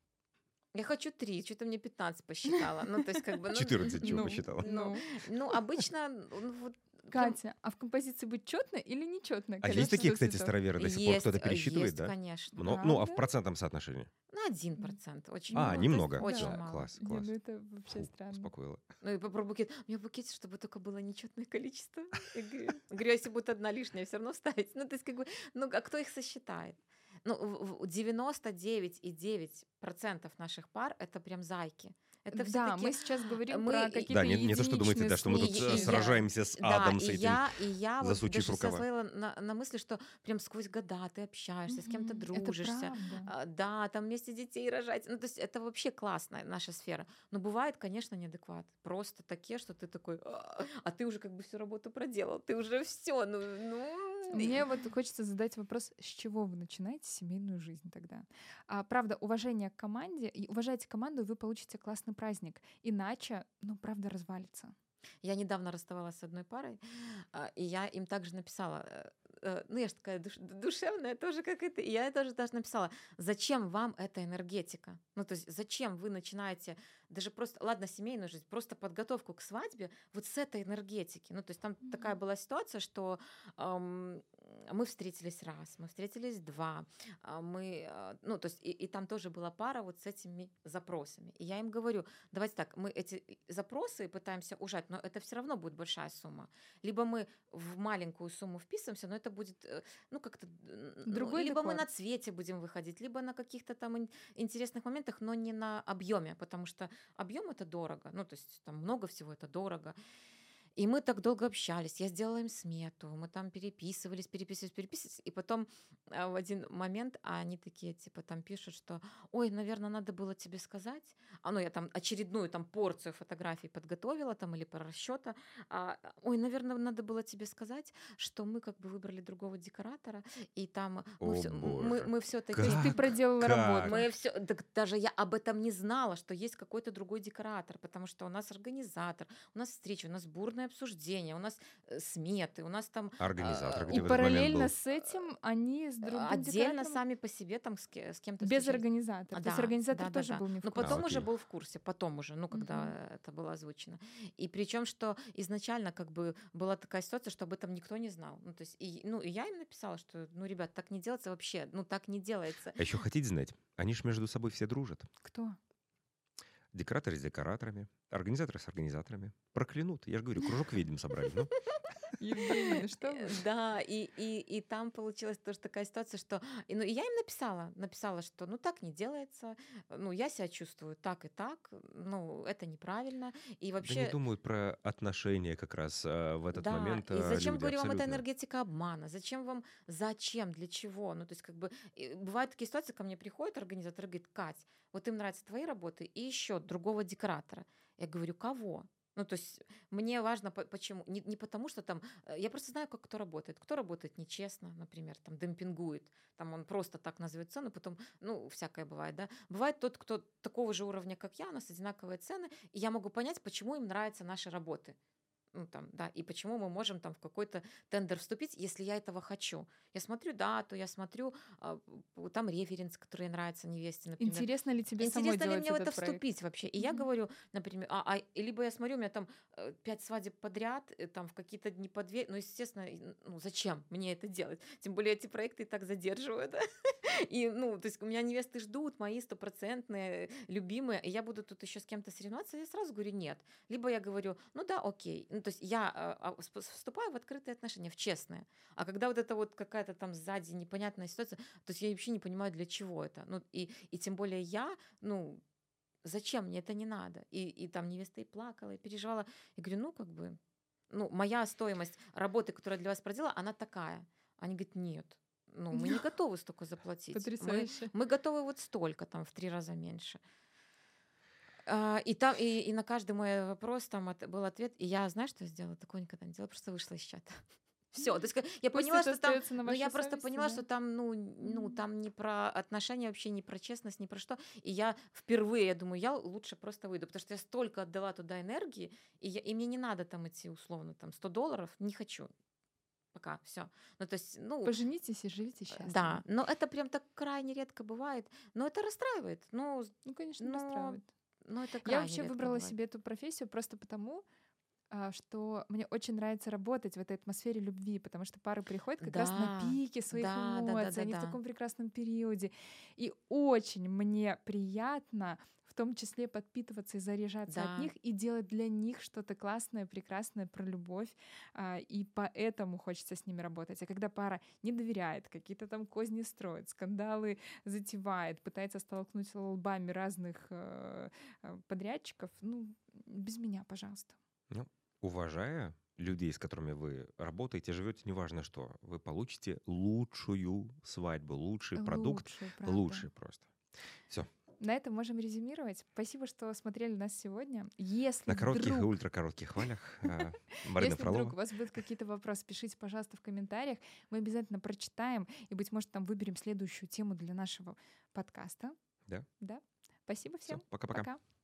я хочу три, что-то мне пятнадцать посчитала. Ну то есть как бы... ну, четырнадцать чего ну, посчитала. Ну, Ну, ну обычно ну, вот прям Катя, а в композиции быть четное или нечетное? А есть такие, кстати, староверы до сих пор, есть, кто-то э, пересчитывает, есть, да? конечно. Но- ну, а в Правда? процентном соотношении? Ну, один процент. Очень А, мало. То есть немного. Очень Да. мало. Класс, Не, класс. ну это вообще Фу, странно. успокоила. Ну и про букет. У меня букет, чтобы только было нечетное количество. Я говорю, говорю, если будет одна лишняя, все равно ставить. Ну, то есть, как бы, ну, а кто их сосчитает? Ну, в- в- девяносто девять и девять десятых процента наших пар это прям зайки. Это Да, все-таки мы сейчас говорим мы про и- какие-то Да, не, не то, что думаете, единичные да, что мы тут случаи. э, И я- сражаемся с да, адом, и с этим. я, и я вот засучив даже рукава. сослала на, на мысли, что прям сквозь года ты общаешься, с кем-то Мгм, это дружишься. правда. А, Да, там вместе детей рожать. Ну, то есть это вообще классная наша сфера. Но бывает, конечно, неадекват. Просто такие, что ты такой, «А, а ты уже как бы всю работу проделал, ты уже все, ну, ну. Мне вот хочется задать вопрос, с чего вы начинаете семейную жизнь тогда? А, правда, уважение к команде, и уважайте команду, и вы получите классный праздник. Иначе, ну, правда, развалится. Я недавно расставалась с одной парой, а, и я им также написала, э, э, ну я же такая душ- душевная тоже, как это, и я тоже даже написала, зачем вам эта энергетика? Ну то есть зачем вы начинаете даже просто, ладно, семейную жизнь, просто подготовку к свадьбе вот с этой энергетики. Ну то есть там Мгм. такая была ситуация, что ам, мы встретились раз, мы встретились два, а, мы, а, ну то есть и, и там тоже была пара вот с этими запросами. И я им говорю, давайте так, мы эти запросы пытаемся ужать, но это все равно будет большая сумма. Либо мы в маленькую сумму вписываемся, но это будет, э, ну, как-то... э, ну, Другой либо мы декор. на цвете будем выходить, либо на каких-то там ин- интересных моментах, но не на объеме, потому что объем это дорого. Ну, то есть там много всего, это дорого. И мы так долго общались. Я сделала им смету, мы там переписывались, переписывались, переписывались. И потом а, в один момент они такие, типа, там пишут, что, ой, наверное, надо было тебе сказать. А, ну, я там очередную там порцию фотографий подготовила там или по расчету. А, ой, наверное, надо было тебе сказать, что мы как бы выбрали другого декоратора, и там мы, О, всё- мы, боже. мы все-таки... То есть ты Как? проделала Как? работу. Мы все, так даже я об этом не знала, что есть какой-то другой декоратор, потому что у нас организатор, у нас встречи, у нас бурное обсуждение, у нас э, сметы, у нас там Организатор, а, где И в этот момент параллельно был? с этим они с другим отдельно декоратором сами по себе там с, ке- с кем-то без встречались. организатора. А, То есть да, организатор да, да, тоже да. был не в Но курсе. потом А, уже окей. был в курсе, потом уже, ну, когда Мгм. это было озвучено. И причем, что изначально как бы была такая ситуация, что об этом никто не знал. Ну, то есть, и, ну, и я им написала, что, ну, ребят, так не делается вообще, ну, так не делается. А еще хотите знать? Они же между собой все дружат. Кто? Декораторы с декораторами, организаторы с организаторами. Проклянут. Я же говорю, кружок ведьм собрали. Ну, Евгений, ну что вы? Да, и, и, и там получилась тоже такая ситуация, что... И, ну, и я им написала, написала, что ну так не делается, ну я себя чувствую так и так, ну это неправильно. И да не вообще, думают про отношения как раз а, в этот да, момент и а, зачем, люди говорю, вам эта абсолютно. энергетика обмана? Зачем вам, зачем, для чего? Ну, то есть, как бы, и бывают такие ситуации, ко мне приходит организатор и говорит, Кать, вот им нравятся твои работы и еще другого декоратора. Я говорю, кого? Ну, то есть, мне важно, по- почему. Не, не потому, что там... э, Я просто знаю, как кто работает. Кто работает нечестно, например, там, демпингует. Там он просто так назовет цену, потом, ну, всякое бывает, да. Бывает тот, кто такого же уровня, как я, у нас одинаковые цены, и я могу понять, почему им нравятся наши работы. Ну, там, да, и почему мы можем там в какой-то тендер вступить, если я этого хочу. Я смотрю дату, я смотрю, а, п- там референс, который нравится невесте, например. Интересно ли тебе самой Интересно ли делать мне в это этот проект? вступить вообще? И я Мгм. говорю, например, а, а, и либо я смотрю, у меня там э, пять свадеб подряд, э, там в какие-то дни по две, ну, естественно, и, ну, зачем мне это делать? Тем более эти проекты и так задерживают. И, ну, то есть у меня невесты ждут, мои стопроцентные, любимые, и я буду тут еще с кем-то соревноваться, я сразу говорю нет. Либо я говорю, ну да, окей. Ну, то есть я а, а, всп- вступаю в открытые отношения, в честные. А когда вот это вот какая-то там сзади непонятная ситуация, то есть я вообще не понимаю, для чего это. Ну, и, и тем более я, ну, зачем мне это не надо? И, и там невеста и плакала, и переживала. Я говорю, ну, как бы, ну, моя стоимость работы, которую я для вас проделала, она такая. Они говорят, нет, ну, мы не готовы столько заплатить. Мы, Потрясающе. мы готовы вот столько, там, в три раза меньше. А, И там, и, и на каждый мой вопрос там от- был ответ. И я, знаешь, что сделала? Такого никогда не делала, просто вышла из чата. Все, то есть как- я Пусть поняла, это что там, остается на ну я вашей просто совести, поняла, что да? там, ну, н- ну Мгм. там не про отношения вообще, не про честность, не про что. И я впервые, я думаю, я лучше просто выйду, потому что я столько отдала туда энергии, и, я, и мне не надо там идти условно там сто долларов, не хочу. Пока, все. Ну, то есть, ну, Поженитесь и живите э, счастливо. да, но это прям так крайне редко бывает. Но это расстраивает. Ну, с- Ну, конечно, но, расстраивает. но это Я крайне вообще редко выбрала бывает. себе эту профессию просто потому, а, что мне очень нравится работать в этой атмосфере любви, потому что пары приходят как раз на Да, пике своих да, да, да, эмоций, да, они в да. таком прекрасном периоде. И очень мне приятно в том числе подпитываться и заряжаться от Да, них и делать для них что-то классное, прекрасное про любовь. А, И поэтому хочется с ними работать. А когда пара не доверяет, какие-то там козни строит, скандалы затевает, пытается столкнуть лбами разных э, э, подрядчиков, ну, без меня, пожалуйста. Ну, уважая людей, с которыми вы работаете, живете, неважно что, вы получите лучшую свадьбу, лучший продукт, Лучшую, правда. лучший просто. Все. На этом можем резюмировать. Спасибо, что смотрели нас сегодня. Если На коротких и вдруг, ультракоротких хвалях а, Марина если вдруг у Фролова. вас будут какие-то вопросы, пишите, пожалуйста, в комментариях. Мы обязательно прочитаем и, быть может, там выберем следующую тему для нашего подкаста. Да. Да. Спасибо Все, всем. пока-пока. Пока.